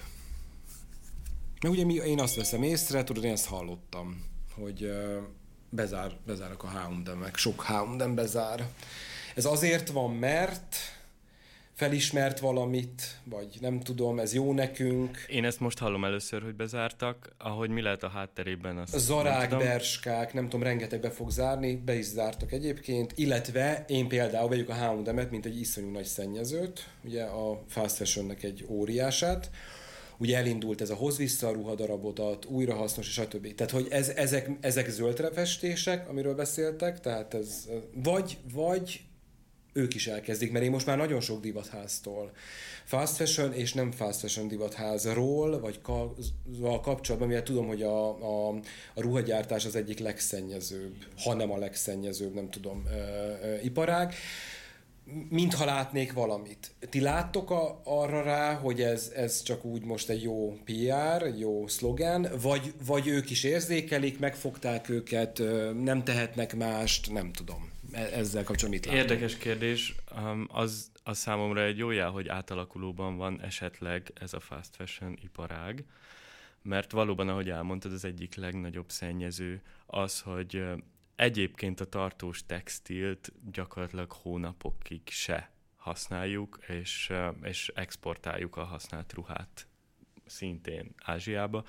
Mert ugye én azt veszem észre, tudod, én ezt hallottam, hogy bezárnak a H&M-ek, sok H&M bezár. Ez azért van, mert felismert valamit, vagy nem tudom, ez jó nekünk. Én ezt most hallom először, hogy bezártak, ahogy mi lehet a hátterében. Azt Zarák, Berskák, nem tudom, rengeteg be fog zárni, be is zártak egyébként, illetve én például vegyük a H&M-et, mint egy iszonyú nagy szennyezőt, ugye a fast fashionnek egy óriását, ugye elindult ez a hoz vissza a ruhadarabodat, újrahasznos és stb. Tehát, hogy ezek zöldrefestések, amiről beszéltek, tehát ez vagy ők is elkezdik, mert én most már nagyon sok divatháztól, fast fashion és nem fast fashion divatházról, vagy kapcsolatban, mivel tudom, hogy a ruhagyártás az egyik legszennyezőbb, ha nem a legszennyezőbb, nem tudom, iparág, mintha látnék valamit. Ti láttok arra rá, hogy ez csak úgy most egy jó PR, egy jó szlogen, vagy ők is érzékelik, megfogták őket, nem tehetnek mást, nem tudom. Ezzel kapcsolatban mit látom? Érdekes kérdés. Az számomra egy jó jel, hogy átalakulóban van esetleg ez a fast fashion iparág, mert valóban, ahogy elmondtad, az egyik legnagyobb szennyező az, hogy egyébként a tartós textilt gyakorlatilag hónapokig se használjuk, és exportáljuk a használt ruhát szintén Ázsiába.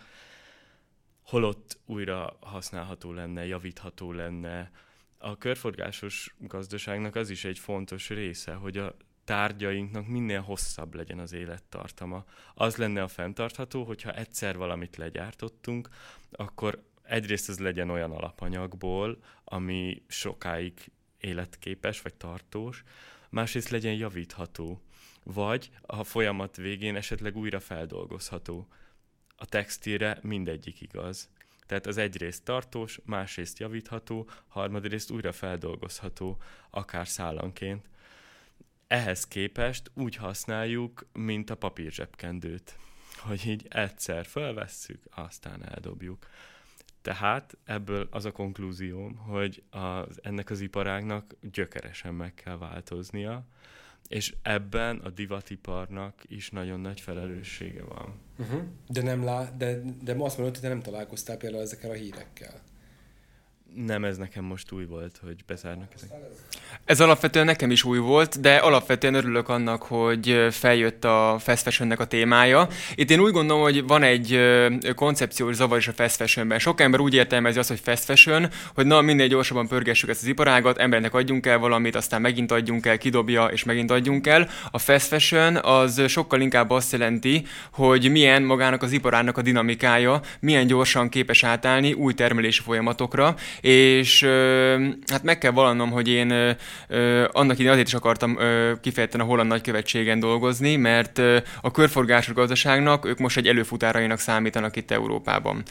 Holott újra használható lenne, javítható lenne. A körforgásos gazdaságnak az is egy fontos része, hogy a tárgyainknak minél hosszabb legyen az élettartama. Az lenne a fenntartható, hogyha egyszer valamit legyártottunk, akkor egyrészt ez legyen olyan alapanyagból, ami sokáig életképes vagy tartós, másrészt legyen javítható, vagy a folyamat végén esetleg újra feldolgozható. A textilre mindegyik igaz. Tehát az egyrészt tartós, másrészt javítható, harmadrészt újra feldolgozható, akár szállanként. Ehhez képest úgy használjuk, mint a papírzsebkendőt, hogy így egyszer felvesszük, aztán eldobjuk. Tehát ebből az a konklúzióm, hogy ennek az iparágnak gyökeresen meg kell változnia, és ebben a divatiparnak is nagyon nagy felelőssége van. De azt mondod, hogy te nem találkoztál például ezekkel a hírekkel. Nem, ez nekem most új volt, hogy bezárnak ezek. Ez alapvetően nekem is új volt, de alapvetően örülök annak, hogy feljött a fast fashionnek a témája. Itt én úgy gondolom, hogy van egy koncepciós zavar is a fast fashionben. Sok ember úgy értelmezi azt, hogy fast fashion, hogy na, minél gyorsabban pörgessük ezt az iparágat, embernek adjunk el valamit, aztán megint adjunk el, kidobja, és megint adjunk el. A fast fashion az sokkal inkább azt jelenti, hogy milyen magának az iparának a dinamikája, milyen gyorsan képes átállni új termelési folyamatokra, és hát meg kell vallanom, hogy én annak idején azért is akartam kifejezetten a holland nagykövetségen dolgozni, mert a körforgásos gazdaságnak ők most egy előfutárainak számítanak itt Európában.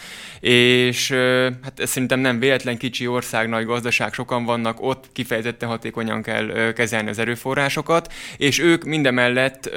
És hát ez szerintem nem véletlen, kicsi ország, nagy gazdaság, sokan vannak, ott kifejezetten hatékonyan kell kezelni az erőforrásokat, és ők mindemellett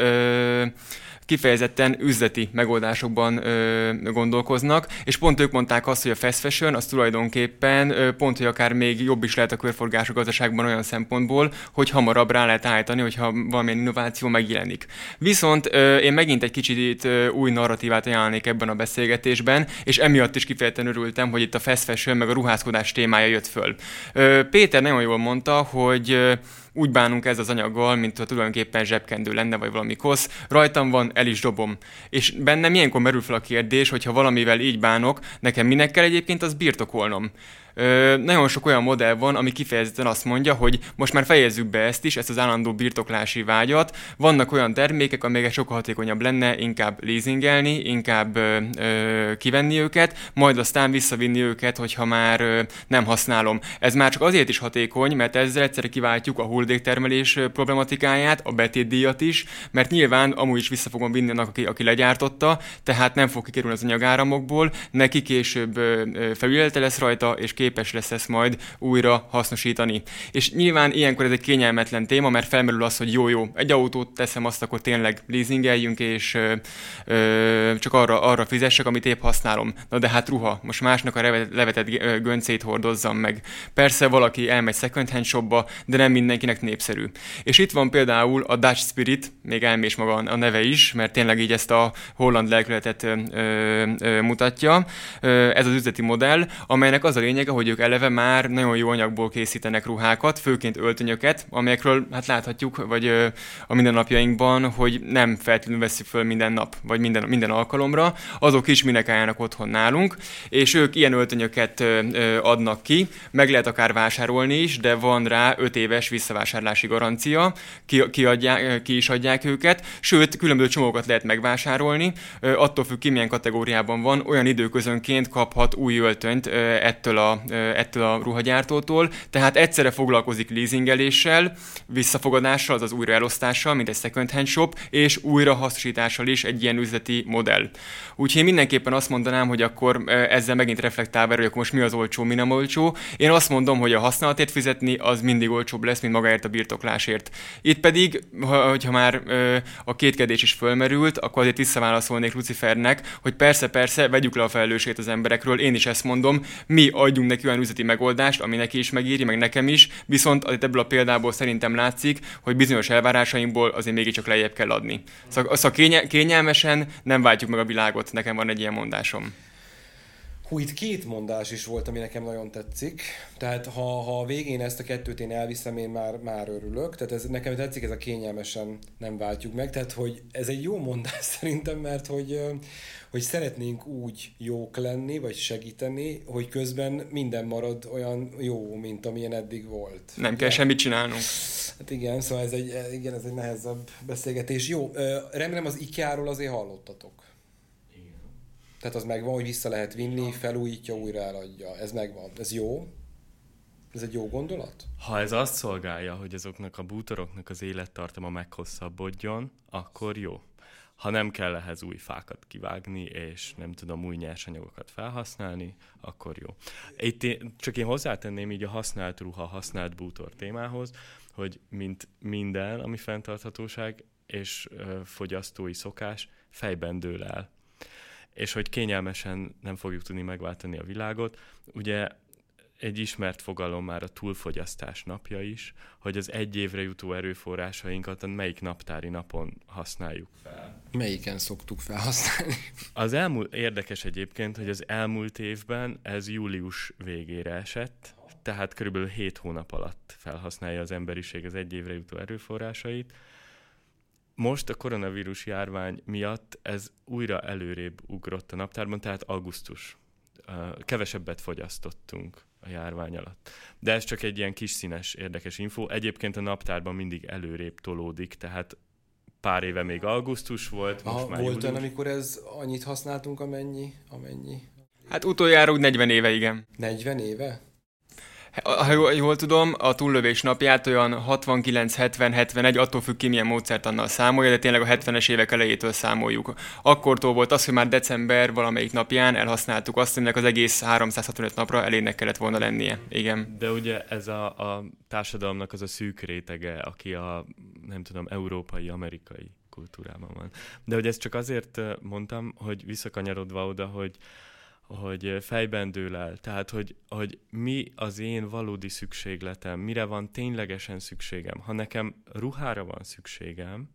kifejezetten üzleti megoldásokban gondolkoznak, és pont ők mondták azt, hogy a fast fashion az tulajdonképpen pont, hogy akár még jobb is lehet a körforgású gazdaságban olyan szempontból, hogy hamarabb rá lehet állítani, hogyha valamilyen innováció megjelenik. Viszont én megint egy kicsit új narratívát ajánlnék ebben a beszélgetésben, és emiatt is kifejezetten örültem, hogy itt a fast fashion meg a ruházkodás témája jött föl. Péter nagyon jól mondta, hogy úgy bánunk ez az anyaggal, mint ha tulajdonképpen zsebkendő lenne, vagy valami kosz. Rajtam van, el is dobom. És bennem ilyenkor merül fel a kérdés, hogy ha valamivel így bánok, nekem minek kell egyébként azt birtokolnom. Nagyon sok olyan modell van, ami kifejezetten azt mondja, hogy most már fejezzük be ezt is, ezt az állandó birtoklási vágyat. Vannak olyan termékek, amelyek sokkal hatékonyabb lenne inkább leasingelni, inkább kivenni őket, majd aztán visszavinni őket, hogyha már nem használom. Ez már csak azért is hatékony, mert ezzel egyszerre kiváltjuk a hulladéktermelés problematikáját, a betétdíjat is, mert nyilván amúgy is vissza fogom vinni annak, aki legyártotta, tehát nem fog kikerülni az anyagáramokból, neki később felülete lesz rajta, és képes lesz ezt majd újra hasznosítani. És nyilván ilyenkor ez egy kényelmetlen téma, mert felmerül az, hogy jó, egy autót teszem, azt akkor tényleg leasingeljünk, és csak arra fizessek, amit épp használom. Na de hát ruha, most másnak a levetett göncét hordozzam meg. Persze valaki elmegy second hand shopba, de nem mindenkinek népszerű. És itt van például a Dutch Spirit, még elmés maga a neve is, mert tényleg így ezt a holland lelkületet mutatja. Ez az üzleti modell, amelynek az a lényege, hogy ők eleve már nagyon jó anyagból készítenek ruhákat, főként öltönyöket, amelyekről hát láthatjuk, vagy a mindennapjainkban, hogy nem feltétlenül veszük föl minden nap, vagy minden alkalomra, azok is minek álljanak otthon nálunk, és ők ilyen öltönyöket adnak ki, meg lehet akár vásárolni is, de van rá 5 éves visszavásárlási garancia, ki is adják őket, sőt, különböző csomókat lehet megvásárolni, attól függ ki, milyen kategóriában van, olyan időközönként kaphat új öltönyt ettől a ruhagyártótól, tehát egyszerre foglalkozik leasingeléssel, visszafogadással, azaz újraelosztással, mint egy second hand shop, és újrahasznosítással is egy ilyen üzleti modell. Úgyhogy én mindenképpen azt mondanám, hogy akkor ezzel megint reflektálva, hogy akkor most mi az olcsó, mi nem olcsó. Én azt mondom, hogy a használatért fizetni az mindig olcsóbb lesz, mint magáért a birtoklásért. Itt pedig, hogyha már a kétkedés is fölmerült, akkor azért visszaválaszolnék Lucifernek, hogy persze, vegyük le a felelősséget az emberekről, én is ezt mondom, mi adjunk neki olyan üzleti megoldást, ami neki is megéri, meg nekem is, viszont ebből a példából szerintem látszik, hogy bizonyos elvárásainkból azért mégiscsak lejjebb kell adni. Szóval kényelmesen nem váltjuk meg a világot, nekem van egy ilyen mondásom. Itt 2 mondás is volt, ami nekem nagyon tetszik. Tehát ha a végén ezt a 2-t én elviszem, én már örülök. Tehát nekem tetszik ez a kényelmesen nem váltjuk meg. Tehát hogy ez egy jó mondás szerintem, mert hogy szeretnénk úgy jók lenni, vagy segíteni, hogy közben minden marad olyan jó, mint amilyen eddig volt. Nem kell semmit csinálnunk. Hát igen, szóval ez egy nehezebb beszélgetés. Jó, remélem az IKEA-ról azért hallottatok. Tehát az megvan, hogy vissza lehet vinni, felújítja, újra eladja. Ez megvan. Ez jó? Ez egy jó gondolat? Ha ez azt szolgálja, hogy azoknak a bútoroknak az élettartama meghosszabbodjon, akkor jó. Ha nem kell ehhez új fákat kivágni, és nem tudom, új nyersanyagokat felhasználni, akkor jó. Itt én hozzátenném így a használt ruha, használt bútor témához, hogy mint minden, ami fenntarthatóság és fogyasztói szokás, fejben dől el. És hogy kényelmesen nem fogjuk tudni megváltani a világot. Ugye egy ismert fogalom már a túlfogyasztás napja is, hogy az 1 évre jutó erőforrásainkat melyik naptári napon használjuk fel. Melyiken szoktuk felhasználni? Érdekes egyébként, hogy az elmúlt évben ez július végére esett, tehát körülbelül 7 hónap alatt felhasználja az emberiség az egy évre jutó erőforrásait. Most a koronavírus járvány miatt ez újra előrébb ugrott a naptárban, tehát augusztus. Kevesebbet fogyasztottunk a járvány alatt. De ez csak egy ilyen kis színes érdekes info. Egyébként a naptárban mindig előrébb tolódik, tehát pár éve még augusztus volt, most már volt olyan, amikor annyit használtunk, amennyi? Hát utoljára úgy 40 éve, igen. 40 éve? Ha jól tudom, a túllövés napját olyan 69, 70, 71, attól függ ki, milyen módszertannal számolja, de tényleg a 70-es évek elejétől számoljuk. Akkortól volt az, hogy már december valamelyik napján elhasználtuk azt, aminek az egész 365 napra elégnek kellett volna lennie. Igen. De ugye ez a társadalomnak az a szűk rétege, aki nem tudom, európai, amerikai kultúrában van. De hogy ezt csak azért mondtam, hogy visszakanyarodva oda, hogy fejben dől el. Tehát, hogy mi az én valódi szükségletem, mire van ténylegesen szükségem. Ha nekem ruhára van szükségem,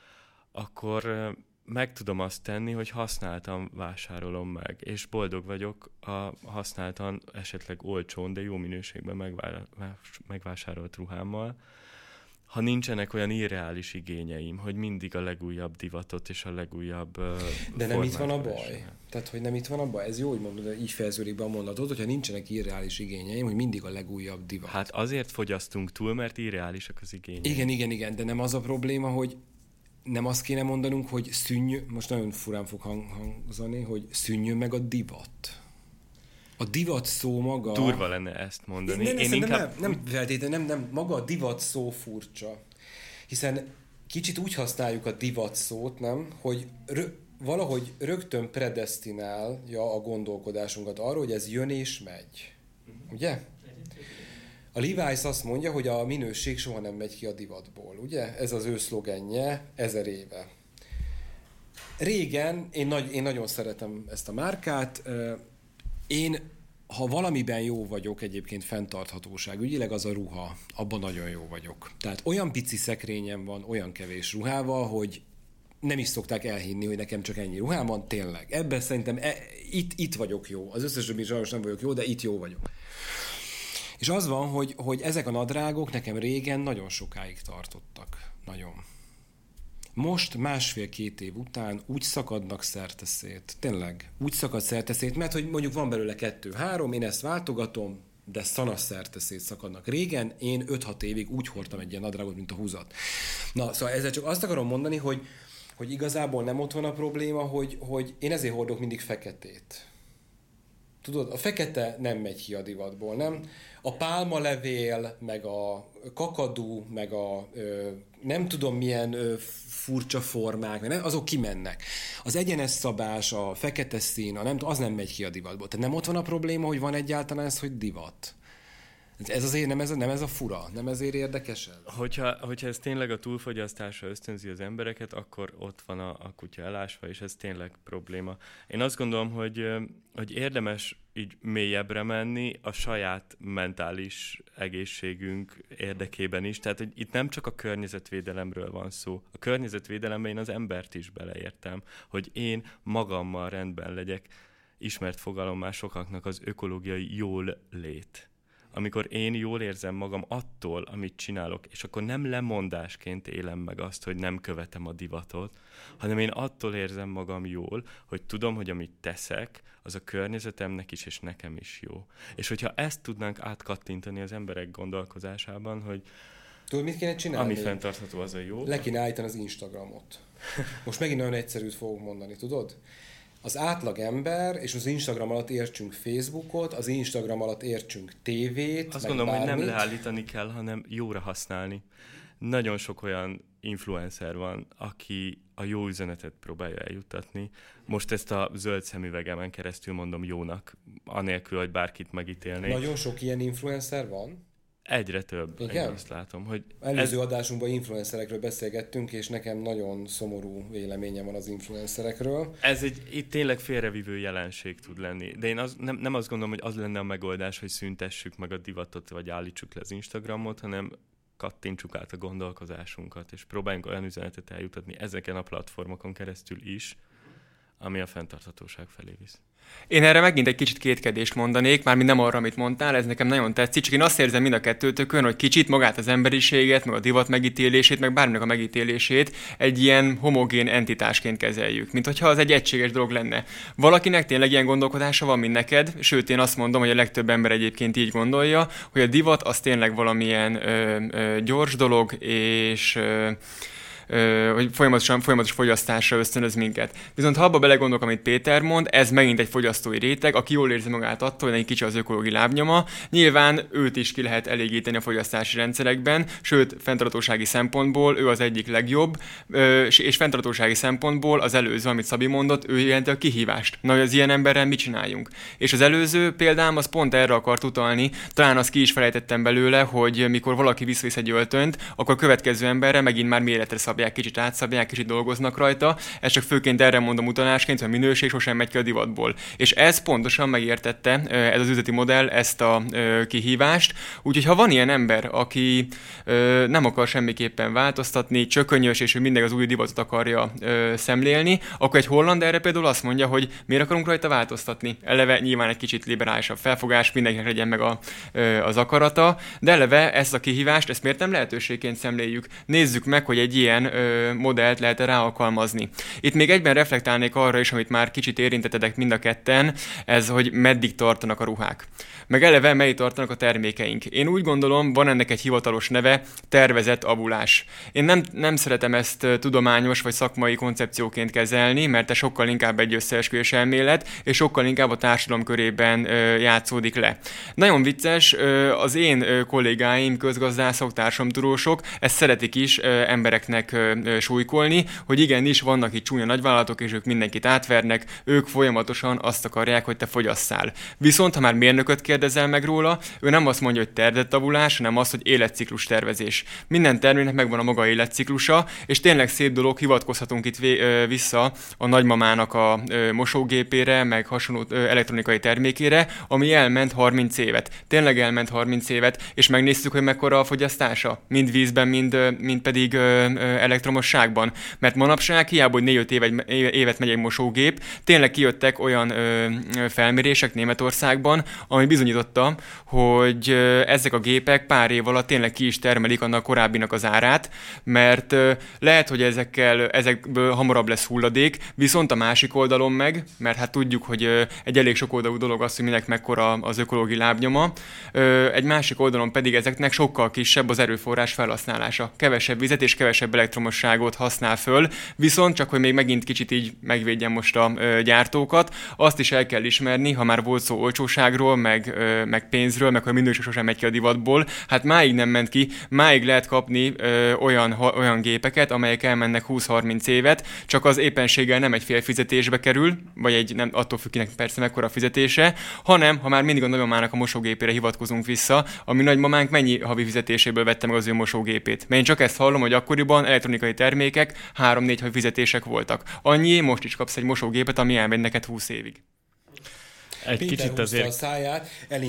akkor meg tudom azt tenni, hogy használtan vásárolom meg, és boldog vagyok a használtan, esetleg olcsón, de jó minőségben megvásárolt ruhámmal. Ha nincsenek olyan irreális igényeim, hogy mindig a legújabb divatot és a legújabb de nem itt van a baj. Tehát, hogy nem itt van a baj. Ez jó, hogy mondod, de így fejeződik be a mondatot, hogyha nincsenek irreális igényeim, hogy mindig a legújabb divat. Hát azért fogyasztunk túl, mert irreálisak az igényeim. Igen, de nem az a probléma, hogy nem azt kéne mondanunk, hogy most nagyon furán fog hangzani, hogy szűnjön meg a divat. A divat szó maga... Durva lenne ezt mondani. Nem feltétlenül, nem, maga a divat szó furcsa. Hiszen kicsit úgy használjuk a divat szót, nem, hogy valahogy rögtön predesztinálja a gondolkodásunkat arról, hogy ez jön és megy. Ugye? A Levi's azt mondja, hogy a minőség soha nem megy ki a divatból. Ugye? Ez az ő szlogenje 1000 éve. Régen, én nagyon szeretem ezt a márkát, ha valamiben jó vagyok egyébként fenntarthatóság ügyileg, az a ruha. Abban nagyon jó vagyok. Tehát olyan pici szekrényem van, olyan kevés ruhával, hogy nem is szokták elhinni, hogy nekem csak ennyi ruhám van, tényleg. Ebben szerintem itt vagyok jó. Az összes többi sajnos nem vagyok jó, de itt jó vagyok. És az van, hogy ezek a nadrágok nekem régen nagyon sokáig tartottak. Nagyon. Most 1,5-2 év után úgy szakadnak szerteszét. Tényleg, úgy szakad szerteszét, mert hogy mondjuk van belőle 2-3, én ezt váltogatom, de szanas szerteszét szakadnak. Régen én 5-6 évig úgy hordtam egy ilyen nadrágot, mint a húzat. Na, szóval ezzel csak azt akarom mondani, hogy igazából nem ott van a probléma, hogy én ezért hordok mindig feketét. Tudod, a fekete nem megy ki a divatból, nem? A pálmalevél, meg a kakadú, meg a nem tudom milyen furcsa formák, nem? Azok kimennek. Az egyenes szabás, a fekete szín, az nem megy ki a divatból. Tehát nem ott van a probléma, hogy van egyáltalán ez, hogy divat. Ez azért nem ez a fura, nem ezért érdekes ez? Hogyha ez tényleg a túlfogyasztásra ösztönzi az embereket, akkor ott van a kutya elásva, és ez tényleg probléma. Én azt gondolom, hogy érdemes így mélyebbre menni a saját mentális egészségünk érdekében is. Tehát, hogy itt nem csak a környezetvédelemről van szó. A környezetvédelemben én az embert is beleértem, hogy én magammal rendben legyek. Ismert fogalom már sokaknak az ökológiai jól lét. Amikor én jól érzem magam attól, amit csinálok, és akkor nem lemondásként élem meg azt, hogy nem követem a divatot, hanem én attól érzem magam jól, hogy tudom, hogy amit teszek, az a környezetemnek is, és nekem is jó. És hogyha ezt tudnánk átkattintani az emberek gondolkozásában, hogy tudod, mit kéne csinálni? Ami fenntartható, az a jó. Le kéne állítani az Instagramot. Most megint nagyon egyszerűt fogok mondani, tudod? Az átlag ember, és az Instagram alatt értsünk Facebookot, az Instagram alatt értsünk tévét, azt gondolom, hogy nem leállítani kell, hanem jóra használni. Nagyon sok olyan influencer van, aki a jó üzenetet próbálja eljuttatni. Most ezt a zöld szemüvegemen keresztül mondom jónak, anélkül, hogy bárkit megítélnék. Nagyon sok ilyen influencer van? Egyre több. Igen? Én azt látom, hogy előző adásunkban influencerekről beszélgettünk, és nekem nagyon szomorú véleményem van az influencerekről. Ez itt tényleg félrevívő jelenség tud lenni. De én nem azt gondolom, hogy az lenne a megoldás, hogy szüntessük meg a divatot, vagy állítsuk le az Instagramot, hanem kattintsuk át a gondolkozásunkat, és próbáljunk olyan üzenetet eljutatni ezeken a platformokon keresztül is, ami a fenntarthatóság felé visz. Én erre megint egy kicsit kétkedést mondanék, mármint nem arra, amit mondtál, ez nekem nagyon tetszik, csak én azt érzem mind a kettőtökön, hogy kicsit magát az emberiséget, meg a divat megítélését, meg bárminek a megítélését egy ilyen homogén entitásként kezeljük, mint hogyha az egy egységes dolog lenne. Valakinek tényleg ilyen gondolkodása van, mint neked, sőt én azt mondom, hogy a legtöbb ember egyébként így gondolja, hogy a divat az tényleg valamilyen gyors dolog, és hogy folyamatos fogyasztásra ösztönöz minket. Viszont ha abba belegondolok, amit Péter mond, ez megint egy fogyasztói réteg, aki jól érzi magát attól, hogy neki kicsi az ökológiai lábnyoma. Nyilván őt is ki lehet elégíteni a fogyasztási rendszerekben, sőt, fenntarthatósági szempontból ő az egyik legjobb, és fenntarthatósági szempontból az előző, amit Szabi mondott, ő jelenti a kihívást. Na, hogy az ilyen emberrel mit csináljunk? És az előző példám az pont erre akart utalni, talán azt ki is felejtettem belőle, hogy mikor valaki visz egy öltönyt, akkor a következő emberre megint már méretre szabják, kicsit átszabják, kicsit dolgoznak rajta. Ez csak főként erre mondom utalásként, hogy a minőség sosem megy ki a divatból. És ez pontosan megértette, ez az üzleti modell, ezt a kihívást. Úgyhogy ha van ilyen ember, aki nem akar semmiképpen változtatni, csökönyös, és ő mindig az új divatot akarja szemlélni, akkor egy holland erre például azt mondja, hogy miért akarunk rajta változtatni. Eleve nyilván egy kicsit liberálisabb felfogás, mindenkinek legyen meg az akarata, de eleve ezt a kihívást, ezt miért nem lehetőségként szemléljük. Nézzük meg, hogy egy ilyen modellt lehet rá alkalmazni. Itt még egyben reflektálnék arra is, amit már kicsit érintettetek mind a ketten, ez, hogy meddig tartanak a ruhák. Meg eleve meddig tartanak a termékeink. Én úgy gondolom, van ennek egy hivatalos neve, tervezett avulás. Én nem szeretem ezt tudományos vagy szakmai koncepcióként kezelni, mert ez sokkal inkább egy összeesküvés elmélet, és sokkal inkább a társadalom körében játszódik le. Nagyon vicces, az én kollégáim, közgazdászok, társadalomtudósok ezt szeretik is embereknek súlykolni, hogy igenis vannak itt csúnya nagyvállalatok, és ők mindenkit átvernek, ők folyamatosan azt akarják, hogy te fogyasszál. Viszont, ha már mérnököt kérdezel meg róla, ő nem azt mondja, hogy tervezett avulás, hanem azt, hogy életciklus tervezés. Minden terméknek megvan a maga életciklusa, és tényleg szép dolog, hivatkozhatunk itt vissza a nagymamának a mosógépére, meg hasonló elektronikai termékére, ami elment 30 évet. Tényleg elment 30 évet, és megnéztük, hogy mekkora a fogyasztása, mind vízben, mind pedig elektromosságban. Mert manapság hiába, hogy 4-5 évet megy egy mosógép, tényleg kijöttek olyan felmérések Németországban, ami bizonyította, hogy ezek a gépek pár év alatt tényleg ki is termelik annak korábbinak az árát, mert lehet, hogy ezekből hamarabb lesz hulladék, viszont a másik oldalon meg, mert hát tudjuk, hogy egy elég sok oldalú dolog az, hogy minek mekkora az ökológiai lábnyoma, egy másik oldalon pedig ezeknek sokkal kisebb az erőforrás felhasználása. Kevesebb vizet és kevesebb elektromosságot használ föl, viszont csak, hogy még megint kicsit így megvédjem most a gyártókat, azt is el kell ismerni, ha már volt szó olcsóságról, meg pénzről, meg hogy a minőség sosem megy ki a divatból, hát máig nem ment ki, máig lehet kapni olyan gépeket, amelyek elmennek 20-30 évet, csak az éppenséggel nem egy fél fizetésbe kerül, vagy nem attól függ, kinek persze mekkora a fizetése, hanem ha már mindig a nagymamának a mosógépére hivatkozunk vissza, ami nagymamánk mennyi havi fizetéséből vette meg az ő mosógépét. Mert én csak ezt hallom, hogy akkoriban elektronikai termékek 3-4 havi fizetések voltak. Annyi, most is kapsz egy mosógépet, ami elmegy neked 20 évig. Kicsit azért a száját,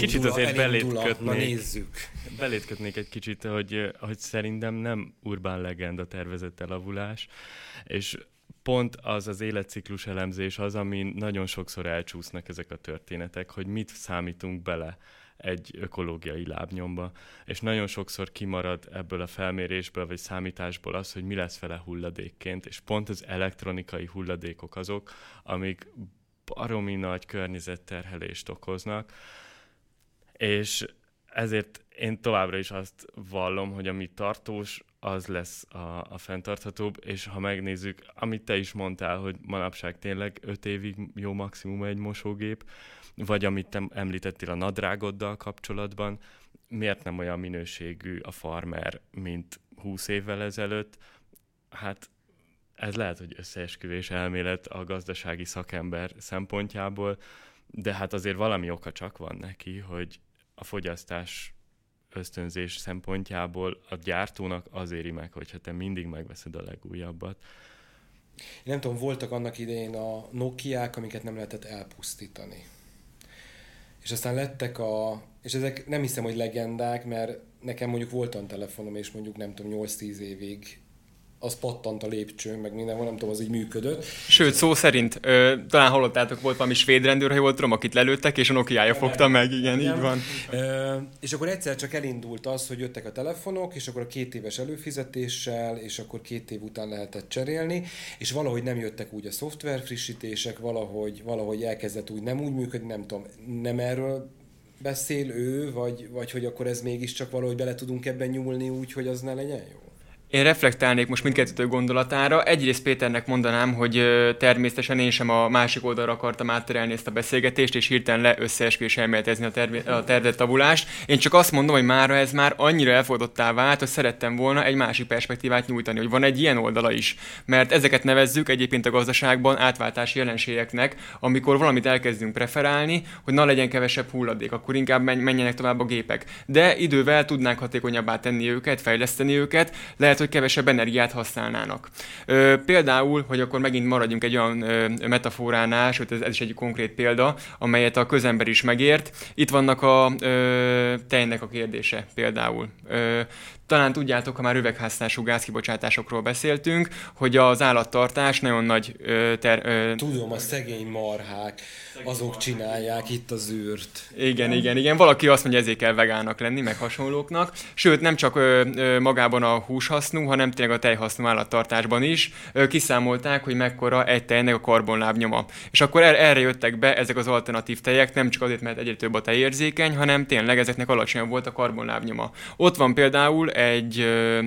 belét kötnék egy kicsit, hogy szerintem nem urbán legenda tervezett elavulás, és pont az életciklus elemzés az, ami nagyon sokszor elcsúsznak ezek a történetek, hogy mit számítunk bele egy ökológiai lábnyomba, és nagyon sokszor kimarad ebből a felmérésből vagy számításból az, hogy mi lesz vele hulladékként, és pont az elektronikai hulladékok azok, amik baromi nagy környezetterhelést okoznak, és ezért én továbbra is azt vallom, hogy ami tartós, az lesz a fenntarthatóbb, és ha megnézzük, amit te is mondtál, hogy manapság tényleg 5 évig jó maximum egy mosógép, vagy amit te említettél a nadrágoddal kapcsolatban, miért nem olyan minőségű a farmer, mint 20 évvel ezelőtt? Hát ez lehet, hogy összeesküvés elmélet a gazdasági szakember szempontjából, de hát azért valami oka csak van neki, hogy a fogyasztás ösztönzés szempontjából a gyártónak az éri meg, hogyha te mindig megveszed a legújabbat. Én nem tudom, voltak annak idején a Nokiák, amiket nem lehetett elpusztítani. És aztán lettek és ezek nem hiszem, hogy legendák, mert nekem mondjuk volt olyan telefonom, és mondjuk nem tudom, 8-10 évig az pattant a lépcsőn, meg mindenhol, nem tudom, az így működött. Sőt, szó szerint, talán hallottátok, volt valami svéd rendőr, ha jól tudom, akit lelőttek, és a Nokia-ja fogta meg, igen, így van. És akkor egyszer csak elindult az, hogy jöttek a telefonok, és akkor a 2 éves előfizetéssel, és akkor 2 év után lehetett cserélni, és valahogy nem jöttek úgy a szoftver frissítések, valahogy elkezdett úgy nem úgy működni, nem tudom, nem erről beszél ő, vagy hogy akkor ez mégiscsak valahogy bele tudunk ebben nyúlni úgy, hogy az ne legyen jó? Én reflektálnék most mindkettő gondolatára. Egyrészt Péternek mondanám, hogy természetesen én sem a másik oldalra akartam átterelni ezt a beszélgetést, és hirtelen összeesküvés elméletezni a tervett tabulást. Én csak azt mondom, hogy mára ez már annyira elfogadottá vált, hogy szerettem volna egy másik perspektívát nyújtani, hogy van egy ilyen oldala is. Mert ezeket nevezzük egyébként a gazdaságban átváltási jelenségeknek, amikor valamit elkezdünk preferálni, hogy na legyen kevesebb hulladék, akkor inkább menjenek tovább a gépek. De idővel tudnánk hatékonyabbá tenni őket, fejleszteni őket, lehet, hogy kevesebb energiát használnának. Például, hogy akkor megint maradjunk egy olyan metaforánál, sőt ez is egy konkrét példa, amelyet a közember is megért. Itt vannak a tejnek a kérdése például. Talán tudjátok, ha már üvegházhatású gázkibocsátásokról beszéltünk, hogy az állattartás nagyon nagy... Tudom, a szegény marhák, azok csinálják itt az űrt. Igen. Valaki azt mondja, ezért kell vegának lenni, meg hasonlóknak. Sőt, nem csak magában a húshasznú, hanem tényleg a tejhasznú állattartásban is kiszámolták, hogy mekkora egy tejnek a karbonlábnyoma. És akkor erre jöttek be ezek az alternatív tejek, nem csak azért, mert egyre több a tejérzékeny, hanem tényleg ezeknek alacsonyabb volt a karbonlábnyoma. Ott van például egy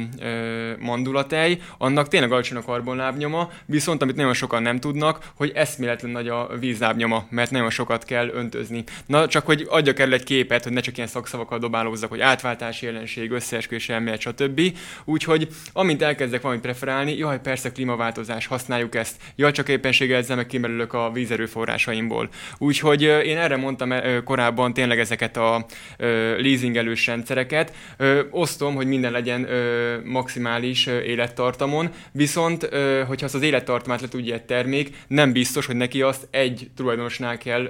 mandulatej, annak tényleg alacsony a karbonlábnyoma, viszont amit nagyon sokan nem tudnak, hogy eszméletlen nagy a vízlábnyoma, mert nagyon sokat kell öntözni. Na, csak hogy adjak el egy képet, hogy ne csak ilyen szakszavakkal dobálózzak, hogy átváltási jelenség, összeesküvés elmélet, stb. Úgyhogy amint elkezdek valamit preferálni, jaj, persze klímaváltozás, használjuk ezt, jaj, csak éppenséggel ezzel meg kimerülök a vízerőforrásaimból. Úgyhogy én erre mondtam korábban tényleg ezeket a leasingelős rendszereket. Osztom, hogy minden legyen maximális élettartamon, viszont hogyha az élettartamát le tudja egy termék, nem biztos, hogy neki azt egy tulajdonosnál kell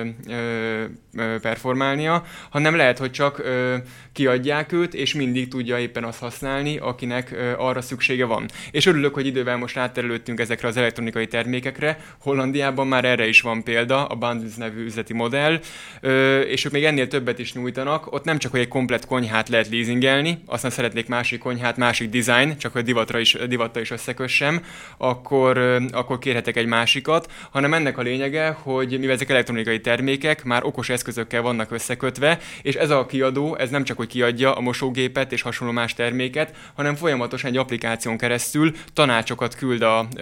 performálnia, hanem lehet, hogy csak kiadják őt, és mindig tudja éppen azt használni, akinek arra szüksége van. És örülök, hogy idővel most átterelődtünk ezekre az elektronikai termékekre. Hollandiában már erre is van példa, a Bundles nevű üzleti modell, és ők még ennél többet is nyújtanak. Ott nem csak, hogy egy komplett konyhát lehet leasingelni, aztán szeretnék másik konyhát, másik design, csak hogy divattal is összekössem, akkor kérhetek egy másikat, hanem ennek a lényege, hogy mivel ezek elektronikai termékek, már okos eszközökkel vannak összekötve, és ez a kiadó, ez nem csak, hogy kiadja a mosógépet és hasonló más terméket, hanem folyamatosan egy applikáción keresztül tanácsokat küld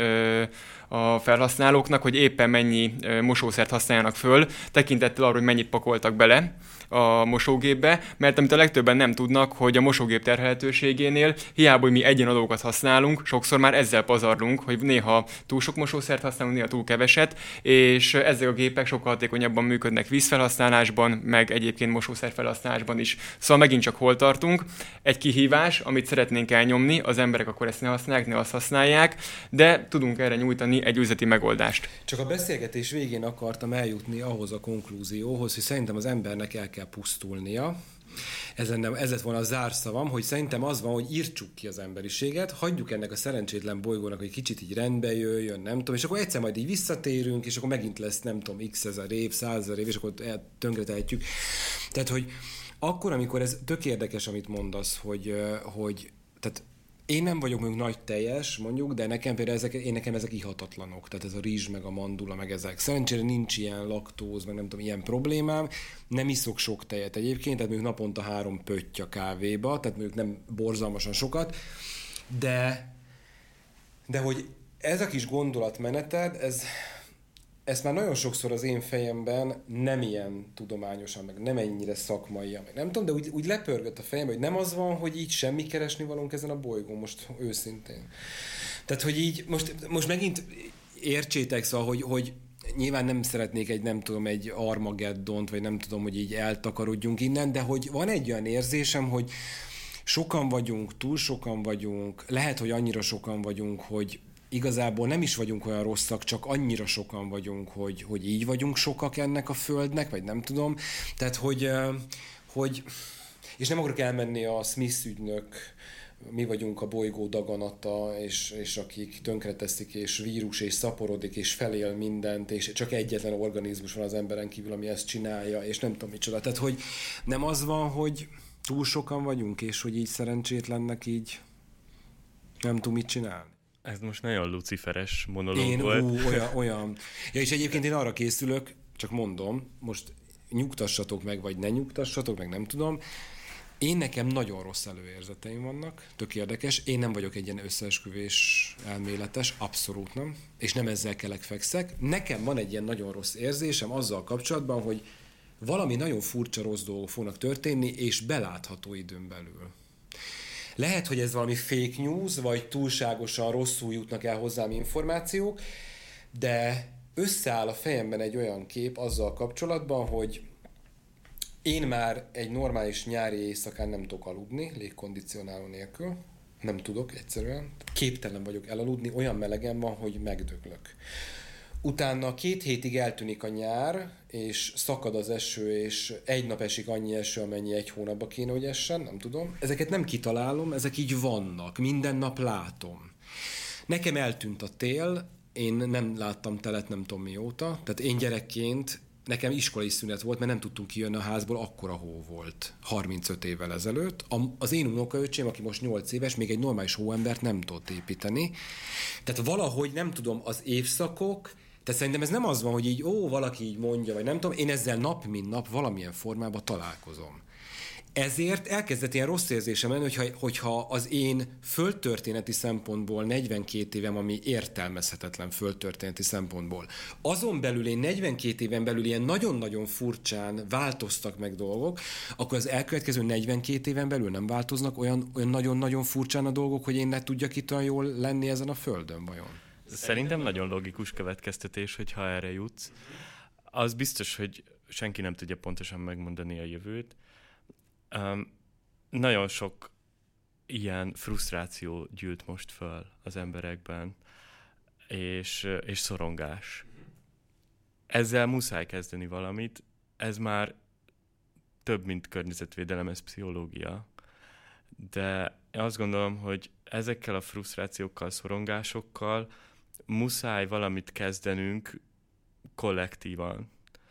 a felhasználóknak, hogy éppen mennyi mosószert használjanak föl, tekintettel arra, hogy mennyit pakoltak bele a mosógépbe, mert amit a legtöbben nem tudnak, hogy a mosógép terhelhetőségénél hiába, hogy mi egyenadókat használunk, sokszor már ezzel pazarlunk, hogy néha túl sok mosószert használunk, néha túl keveset, és ezek a gépek sokkal hatékonyabban működnek vízfelhasználásban, meg egyébként mosószer felhasználásban is. Szóval megint csak hol tartunk. Egy kihívás, amit szeretnénk elnyomni, az emberek akkor ezt ne használják, ne azt használják, de tudunk erre nyújtani egy üzleti megoldást. Csak a beszélgetés végén akartam eljutni ahhoz a konklúzióhoz, hogy szerintem az embernek el kell pusztulnia. Ez lett volna a zárszavam, hogy szerintem az van, hogy írtsuk ki az emberiséget, hagyjuk ennek a szerencsétlen bolygónak, hogy kicsit így rendbe jöjjön, nem tudom, és akkor egyszer majd így visszatérünk, és akkor megint lesz, nem tudom, x ezer év, 100 000 év, és akkor tönkretehetjük. Tehát, hogy akkor, amikor ez tök érdekes, amit mondasz, hogy tehát én nem vagyok mondjuk nagy teljes, mondjuk, de nekem például nekem ezek ihatatlanok. Tehát ez a rizs, meg a mandula, meg ezek. Szerencsére nincs ilyen laktóz, meg nem tudom, ilyen problémám. Nem iszok sok tejet egyébként, tehát mondjuk naponta 3 pötty a kávéba, tehát mondjuk nem borzalmasan sokat. De hogy ez a kis gondolatmeneted, ez már nagyon sokszor az én fejemben nem ilyen tudományosan, meg nem ennyire szakmaian, meg nem tudom, de úgy lepörgött a fejemben, hogy nem az van, hogy így semmi keresni valónk ezen a bolygón, most őszintén. Tehát, hogy így most megint értsétek, szóval, hogy nyilván nem szeretnék egy Armageddont, vagy nem tudom, hogy így eltakarodjunk innen, de hogy van egy olyan érzésem, hogy sokan vagyunk, túl sokan vagyunk, lehet, hogy annyira sokan vagyunk, hogy igazából nem is vagyunk olyan rosszak, csak annyira sokan vagyunk, hogy így vagyunk sokak ennek a földnek, vagy nem tudom. Tehát, hogy És nem akarok elmenni a Smith ügynök, mi vagyunk a bolygó daganata, és akik tönkreteszik, és vírus, és szaporodik, és felél mindent, és csak egyetlen organizmus van az emberen kívül, ami ezt csinálja, és nem tudom micsoda. Tehát, hogy nem az van, hogy túl sokan vagyunk, és hogy így szerencsétlennek így nem tudom mit csinálni. Ez most nagyon luciferes monológ volt. Olyan. Ja, és egyébként én arra készülök, csak mondom, most nyugtassatok meg, vagy ne nyugtassatok meg, nem tudom. Én nekem nagyon rossz előérzeteim vannak, tök érdekes. Én nem vagyok egy ilyen összeesküvés elméletes, abszolút nem, és nem ezzel fekszek. Nekem van egy ilyen nagyon rossz érzésem azzal kapcsolatban, hogy valami nagyon furcsa rossz dolgok fognak történni, és belátható időn belül. Lehet, hogy ez valami fake news, vagy túlságosan rosszul jutnak el hozzám információk, de összeáll a fejemben egy olyan kép azzal kapcsolatban, hogy én már egy normális nyári éjszakán nem tudok aludni, légkondicionáló nélkül. Nem tudok egyszerűen. Képtelen vagyok elaludni, olyan melegen van, hogy megdöglök. Utána 2 hétig eltűnik a nyár, és szakad az eső, és egy nap esik annyi eső, amennyi egy hónapba kéne, hogy essen, nem tudom. Ezeket nem kitalálom, ezek így vannak, minden nap látom. Nekem eltűnt a tél, én nem láttam telet nem tudom mióta, tehát én gyerekként nekem iskolai szünet volt, mert nem tudtunk kijönni a házból, akkora hó volt 35 évvel ezelőtt. Az én unokaöcsém, aki most 8 éves, még egy normális hóembert nem tudott építeni. Tehát valahogy nem tudom, az évszakok, tehát szerintem ez nem az van, hogy így, valaki így mondja, vagy nem tudom, én ezzel nap mint nap valamilyen formában találkozom. Ezért elkezdett ilyen rossz érzésem lenni, hogyha az én földtörténeti szempontból 42 évem, ami értelmezhetetlen földtörténeti szempontból, azon belül én 42 éven belül ilyen nagyon-nagyon furcsán változtak meg dolgok, akkor az elkövetkező 42 éven belül nem változnak olyan nagyon-nagyon furcsán a dolgok, hogy én ne tudjak itt olyan jól lenni ezen a földön, vajon? Szerintem nagyon logikus következtetés, hogyha erre jutsz. Az biztos, hogy senki nem tudja pontosan megmondani a jövőt. Nagyon sok ilyen frusztráció gyűlt most föl az emberekben, és szorongás. Ezzel muszáj kezdeni valamit, ez már több, mint környezetvédelem, ez pszichológia. De azt gondolom, hogy ezekkel a frusztrációkkal, szorongásokkal muszáj valamit kezdenünk kollektívan,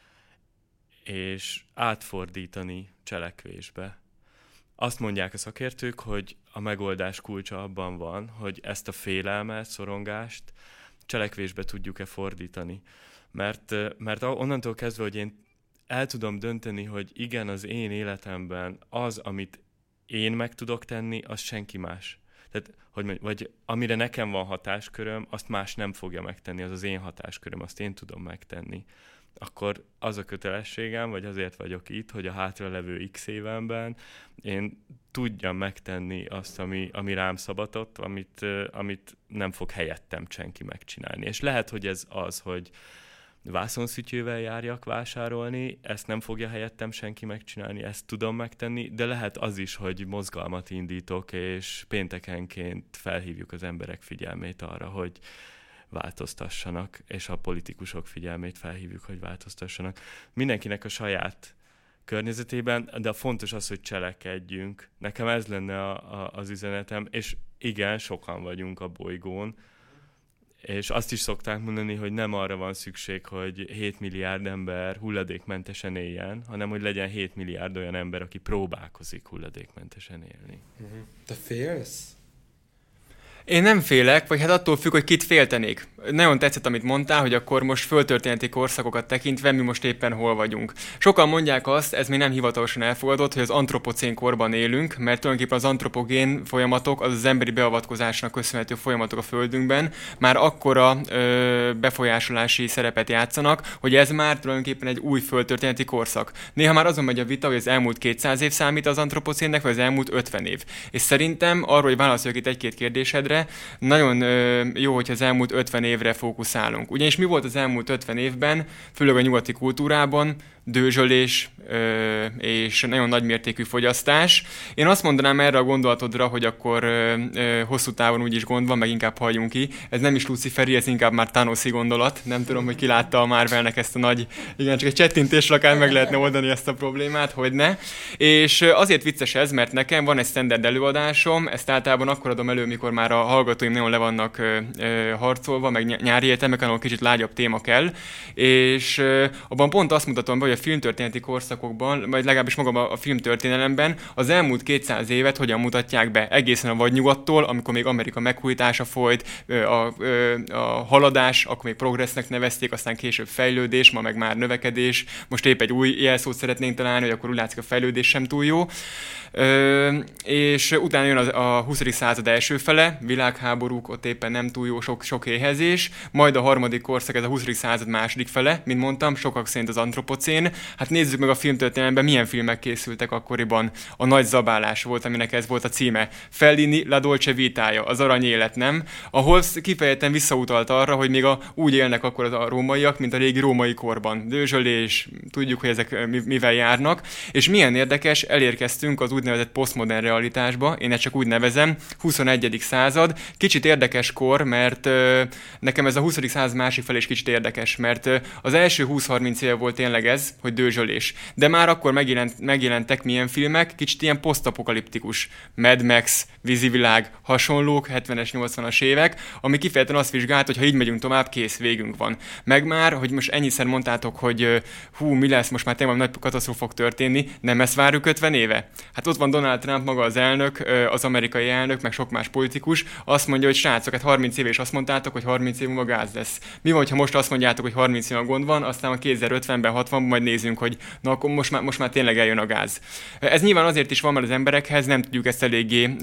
és átfordítani cselekvésbe. Azt mondják a szakértők, hogy a megoldás kulcsa abban van, hogy ezt a félelmet, szorongást cselekvésbe tudjuk-e fordítani. Mert onnantól kezdve, hogy én el tudom dönteni, hogy igen, az én életemben az, amit én meg tudok tenni, az senki más. Tehát, vagy amire nekem van hatásköröm, azt más nem fogja megtenni, az az én hatásköröm, azt én tudom megtenni. Akkor az a kötelességem, vagy azért vagyok itt, hogy a hátralevő x évemben én tudjam megtenni azt, ami rám szabatott, amit nem fog helyettem senki megcsinálni. És lehet, hogy ez az, hogy vászonszütyővel járjak vásárolni, ezt nem fogja helyettem senki megcsinálni, ezt tudom megtenni, de lehet az is, hogy mozgalmat indítok, és péntekenként felhívjuk az emberek figyelmét arra, hogy változtassanak, és a politikusok figyelmét felhívjuk, hogy változtassanak. Mindenkinek a saját környezetében, de fontos az, hogy cselekedjünk. Nekem ez lenne az üzenetem, és igen, sokan vagyunk a bolygón, és azt is szokták mondani, hogy nem arra van szükség, hogy 7 milliárd ember hulladékmentesen éljen, hanem hogy legyen 7 milliárd olyan ember, aki próbálkozik hulladékmentesen élni. Te félsz? Én nem félek, vagy hát attól függ, hogy kit féltenék. Nagyon tetszett, amit mondtál, hogy akkor most földtörténeti korszakokat tekintve mi most éppen hol vagyunk. Sokan mondják azt, ez még nem hivatalosan elfogadott, hogy az antropocén korban élünk, mert tulajdonképpen az antropogén folyamatok, az emberi beavatkozásnak köszönhető folyamatok a Földünkben már akkora befolyásolási szerepet játszanak, hogy ez már tulajdonképpen egy új földtörténeti korszak. Néha már azon megy a vita, hogy az elmúlt 200 év számít az antropocénnek, vagy az elmúlt 50 év. És szerintem arról, hogy válaszoljak itt egy-két kérdésedre, de nagyon jó, hogy az elmúlt 50 évre fókuszálunk. Ugyanis mi volt az elmúlt 50 évben, főleg a nyugati kultúrában? Dőzsölés és nagyon nagymértékű fogyasztás. Én azt mondanám erre a gondolatodra, hogy akkor hosszú távon úgyis gond van, meg inkább halljunk ki. Ez nem is luciferi, ez inkább már Thanoszi gondolat. Nem tudom, hogy ki látta a Marvelnek ezt a nagy... Igen, csak egy csettintésre akár meg lehetne oldani ezt a problémát, hogy ne. És azért vicces ez, mert nekem van egy standard előadásom, ezt általában akkor adom elő, mikor már a hallgatóim nagyon le vannak harcolva, meg nyári egyetemeken, ahol kicsit lágyabb téma kell. És abban pont azt mutatom be, hogy a filmtörténeti korszakokban, vagy legalábbis magam a filmtörténelemben az elmúlt 200 évet hogyan mutatják be, egészen a vadnyugattól, amikor még Amerika meghújítása folyt, a haladás, akkor még progressznek nevezték, aztán később fejlődés, ma meg már növekedés, most épp egy új jelszót szeretnénk találni, hogy akkor úgy látszik a fejlődés sem túl jó. És utána jön a 20. század első fele, világháborúk, ott éppen nem túl jó, sok éhezés, majd a harmadik korszak, ez a 20. század második fele, mint mondtam, sokak szerint az antropocén. Hát nézzük meg a filmtörténelemben, milyen filmek készültek akkoriban. A Nagy zabálás volt, aminek ez volt a címe. Fellini La Dolce Vitája, az arany élet, nem? Ahol kifejezetten visszautalt arra, hogy még úgy élnek akkor a rómaiak, mint a régi római korban. Dőzsölés, tudjuk, hogy ezek mivel járnak. És milyen érdekes, elérkeztünk az úgynevezett posztmodern realitásba, én ezt csak úgy nevezem, 21. század. Kicsit érdekes kor, mert nekem ez a 20. század másik fel is kicsit érdekes, mert az első 20-30 év volt tényleg ez, hogy dőzsölés. De már akkor megjelentek milyen filmek, kicsit ilyen posztapokaliptikus, Mad Max, Vízivilág, hasonlók, 70-es, 80-as évek, ami kifejezetten azt vizsgált, hogy ha így megyünk tovább, kész, végünk van. Meg már, hogy most ennyiszer mondtátok, hogy mi lesz, most már tényleg nagy katasztrófa fog történni, nem ezt várjuk 50 éve? Hát ott van Donald Trump, maga az elnök, az amerikai elnök, meg sok más politikus, azt mondja, hogy srácok, hát 30 éve is azt mondtátok, hogy 30 év múlva gáz lesz. Mi van, ha most azt mondjátok, hogy 30 év gond van, aztán a 2050-ben, 60-ban majd nézzünk, hogy na akkor most már tényleg eljön a gáz. Ez nyilván azért is van, mert az emberekhez nem tudjuk ezt eléggé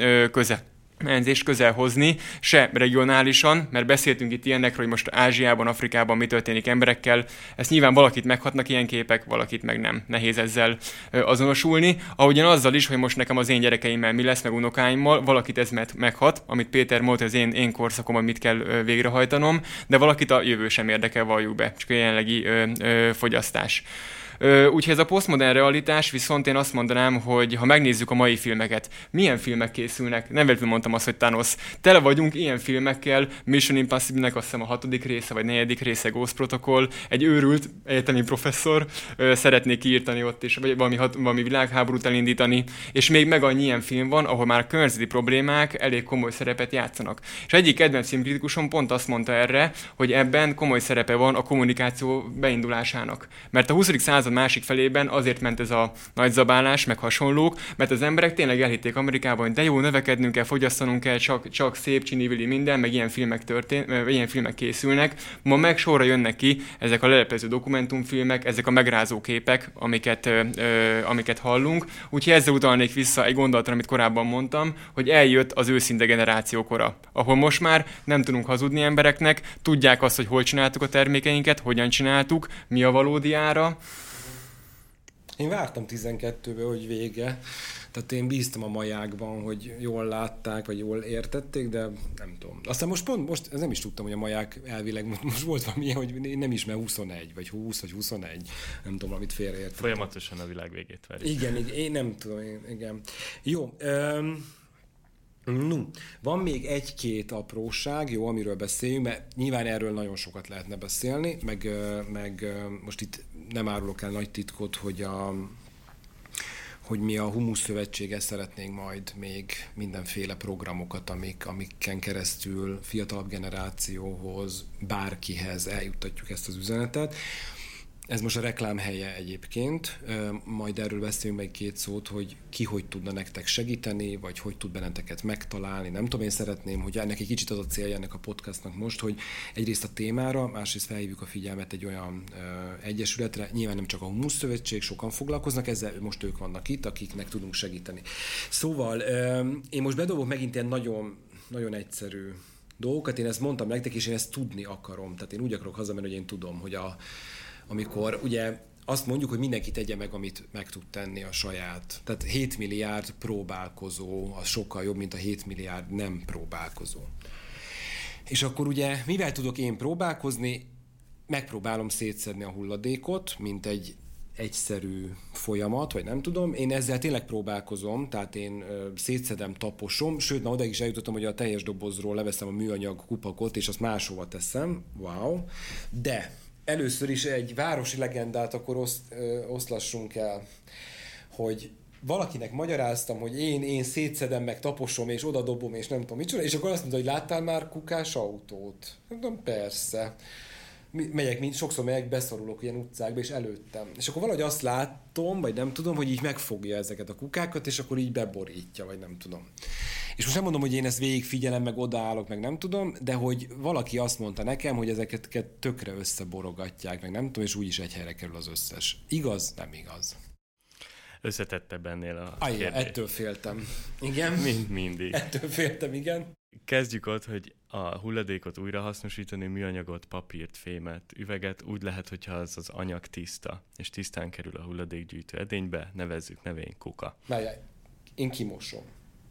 közel hozni, se regionálisan, mert beszéltünk itt ilyenekről, hogy most Ázsiában, Afrikában mi történik emberekkel. Ezt nyilván valakit meghatnak ilyen képek, valakit meg nem. Nehéz ezzel azonosulni. Ahogyan azzal is, hogy most nekem az én gyerekeimmel mi lesz, meg unokáimmal, valakit ez meghat, amit Péter mondta, az én korszakomban mit kell végrehajtanom, de valakit a jövő sem érdekel, valljuk be, csak a jelenlegi fogyasztás. Úgyhogy ez a posztmodern realitás, viszont én azt mondanám, hogy ha megnézzük a mai filmeket, milyen filmek készülnek, nem véletlenül mondtam azt, hogy Thanos, tele vagyunk ilyen filmekkel, Mission Impossible-nek azt hiszem a 6. része, vagy 4. része, Ghost Protocol, egy őrült egyetemi professzor szeretné kiírtani ott is, vagy valami világháborút elindítani, és még meg annyi ilyen film van, ahol már a környezeti problémák elég komoly szerepet játszanak. És egyik kedvenc filmkritikusom pont azt mondta erre, hogy ebben komoly szerepe van a kommunikáció beindulásának. Mert a 20. század másik felében azért ment ez a nagy zabálás, meg hasonlók, mert az emberek tényleg elhitték Amerikában, hogy de jó, növekednünk kell, fogyasztanunk kell, csak szép, csinivili minden, meg ilyen filmek készülnek. Ma meg sorra jönnek ki ezek a leleplező dokumentumfilmek, ezek a megrázó képek, amiket hallunk. Úgyhogy ezzel utalnék vissza egy gondolatra, amit korábban mondtam, hogy eljött az őszinte generáció kora, ahol most már nem tudunk hazudni embereknek, tudják azt, hogy hol csináltuk a termékeinket, hogyan csináltuk, mi a valódi ára. Én vártam 12-be, hogy vége. Tehát én bíztam a majákban, hogy jól látták, vagy jól értették, de nem tudom. Aztán most nem is tudtam, hogy a maják elvileg most volt valami ilyen, hogy nem is, mert 21, vagy 20, vagy 21. Nem tudom, amit félreértettem. Folyamatosan a világ végét várjuk. Igen, én nem tudom, igen. Jó, van még egy-két apróság, jó, amiről beszéljünk, mert nyilván erről nagyon sokat lehetne beszélni, meg most itt nem árulok el nagy titkot, hogy mi a Humusz Szövetséggel szeretnénk majd még mindenféle programokat, amiken keresztül fiatalabb generációhoz, bárkihez eljuttatjuk ezt az üzenetet. Ez most a reklám helye egyébként, majd erről beszélünk meg 2 szót, hogy ki hogy tudna nektek segíteni, vagy hogy tud benneteket megtalálni. Nem tudom, én szeretném, hogy ennek egy kicsit az a célja ennek a podcastnak most, hogy egyrészt a témára, másrészt felhívjuk a figyelmet egy olyan egyesületre, nyilván nem csak a Humusz Szövetség, sokan foglalkoznak ezzel, most ők vannak itt, akiknek tudunk segíteni. Szóval én most bedobok megint ilyen nagyon, nagyon egyszerű dolgokat, én ezt mondtam nektek, és én ezt tudni akarom. Tehát én úgy akarok hazamenni, hogy én tudom, hogy amikor ugye azt mondjuk, hogy mindenki tegye meg, amit meg tud tenni a saját. Tehát 7 milliárd próbálkozó, az sokkal jobb, mint a 7 milliárd nem próbálkozó. És akkor ugye, mivel tudok én próbálkozni, megpróbálom szétszedni a hulladékot, mint egy egyszerű folyamat, vagy nem tudom. Én ezzel tényleg próbálkozom, tehát én szétszedem, taposom, sőt, na odaig is eljutottam, hogy a teljes dobozról leveszem a műanyag kupakot, és azt máshova teszem. Wow. De először is egy városi legendát akkor oszlassunk el, hogy valakinek magyaráztam, hogy én szétszedem, meg taposom, és oda dobom, és nem tudom micsoda, és akkor azt mondta, hogy láttál már kukás autót? Mondom, persze. Sokszor megyek, beszorulok ilyen utcákba, és előttem. És akkor valahogy azt látom, vagy nem tudom, hogy így megfogja ezeket a kukákat, és akkor így beborítja, vagy nem tudom. És most nem mondom, hogy én ezt végigfigyelem, meg odaállok, meg nem tudom, de hogy valaki azt mondta nekem, hogy ezeket tökre összeborogatják, meg nem tudom, és úgyis egy helyre kerül az összes. Igaz? Nem igaz. Összetettebb ennél a kérdés. Ettől féltem. Igen? Mint mindig. Ettől féltem, igen. Kezdjük ott, hogy a hulladékot újrahasznosítani, műanyagot, papírt, fémet, üveget úgy lehet, hogyha az anyag tiszta, és tisztán kerül a hulladékgyűjtő edénybe, nevezzük nevén kuka. Várjál, én kimosom.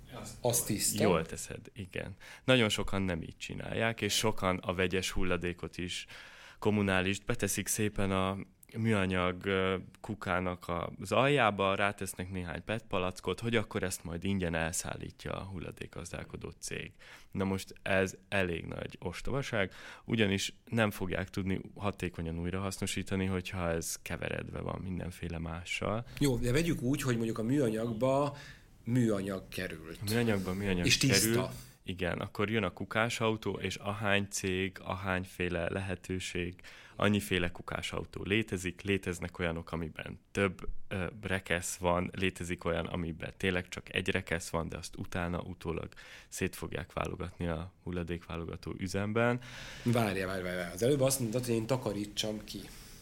Az tiszta. Jól teszed, igen. Nagyon sokan nem így csinálják, és sokan a vegyes hulladékot is, kommunálist beteszik szépen a műanyag kukának az aljába, rátesznek néhány PET palackot, hogy akkor ezt majd ingyen elszállítja a hulladékgazdálkodó cég. Na most ez elég nagy ostobaság, ugyanis nem fogják tudni hatékonyan újrahasznosítani, hogyha ez keveredve van mindenféle mással. Jó, de vegyük úgy, hogy mondjuk a műanyagba műanyag került. A műanyagban műanyag és tiszta. kerül. Igen, akkor jön a kukásautó, és ahány cég, ahányféle lehetőség, annyiféle kukásautó léteznek olyanok, amiben több rekesz van, létezik olyan, amiben tényleg csak egy rekesz van, de azt utólag szét fogják válogatni a hulladékválogató üzemben. Várjál. Az előbb azt mondtad, hogy én takarítsam ki.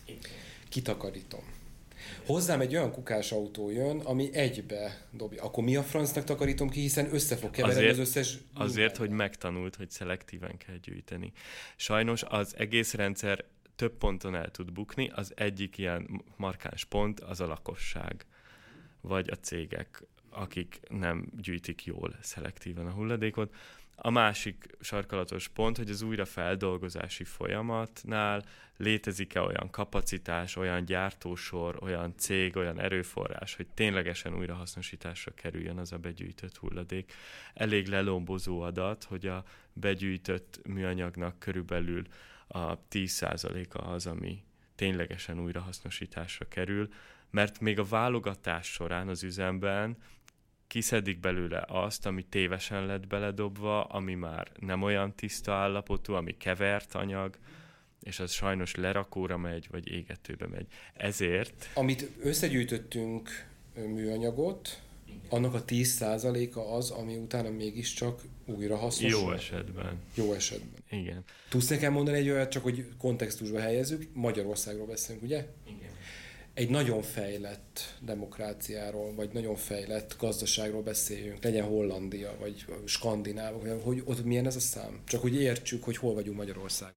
Kitakarítom. Hozzám egy olyan kukásautó jön, ami egybe dobja. Akkor mi a francnak takarítom ki, hiszen össze fog keveredni az összes... Azért, hogy megtanult, hogy szelektíven kell gyűjteni. Sajnos az egész rendszer több ponton el tud bukni, az egyik ilyen markáns pont az a lakosság, vagy a cégek, akik nem gyűjtik jól szelektíven a hulladékot. A másik sarkalatos pont, hogy az újrafeldolgozási folyamatnál létezik-e olyan kapacitás, olyan gyártósor, olyan cég, olyan erőforrás, hogy ténylegesen újrahasznosításra kerüljön az a begyűjtött hulladék. Elég lelombozó adat, hogy a begyűjtött műanyagnak körülbelül a 10%-a az, ami ténylegesen újrahasznosításra kerül, mert még a válogatás során az üzemben kiszedik belőle azt, ami tévesen lett beledobva, ami már nem olyan tiszta állapotú, ami kevert anyag, és az sajnos lerakóra megy, vagy égetőbe megy. Ezért... Amit összegyűjtöttünk műanyagot, annak a 10%-a az, ami utána mégiscsak újra hasznos. Jó esetben. Jó esetben. Igen. Tudsz nekem mondani egy olyat, csak hogy kontextusba helyezzük, Magyarországról beszélünk, ugye? Igen. Egy nagyon fejlett demokráciáról, vagy nagyon fejlett gazdaságról beszéljünk, legyen Hollandia, vagy Skandinávok, hogy ott milyen ez a szám? Csak hogy értsük, hogy hol vagyunk Magyarország.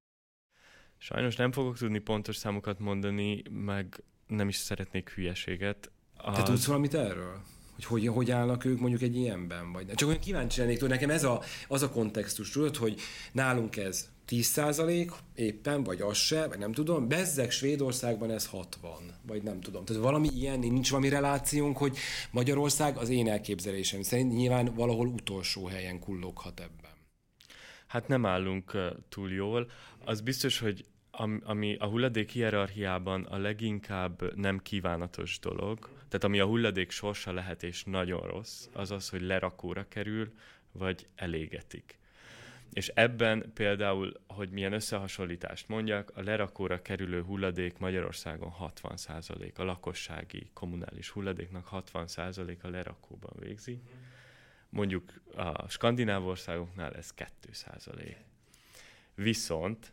Sajnos nem fogok tudni pontos számokat mondani, meg nem is szeretnék hülyeséget. Te tudsz valamit erről? Hogy állnak ők mondjuk egy ilyenben? Vagy csak olyan kíváncsi lennék, hogy nekem ez az a kontextus, tudod, hogy nálunk ez 10% éppen, vagy az se, vagy nem tudom, bezzeg Svédországban ez 60, vagy nem tudom. Tehát valami ilyen, nincs valami relációnk, hogy Magyarország az én elképzelésem szerint nyilván valahol utolsó helyen kulloghat ebben. Hát nem állunk túl jól. Az biztos, hogy ami a hulladék hierarchiában a leginkább nem kívánatos dolog, tehát ami a hulladék sorsa lehet és nagyon rossz, az az, hogy lerakóra kerül, vagy elégetik. És ebben például, hogy milyen összehasonlítást mondjak, a lerakóra kerülő hulladék Magyarországon 60%, a lakossági kommunális hulladéknak 60% a lerakóban végzi. Mondjuk a skandináv országoknál ez 2%. Viszont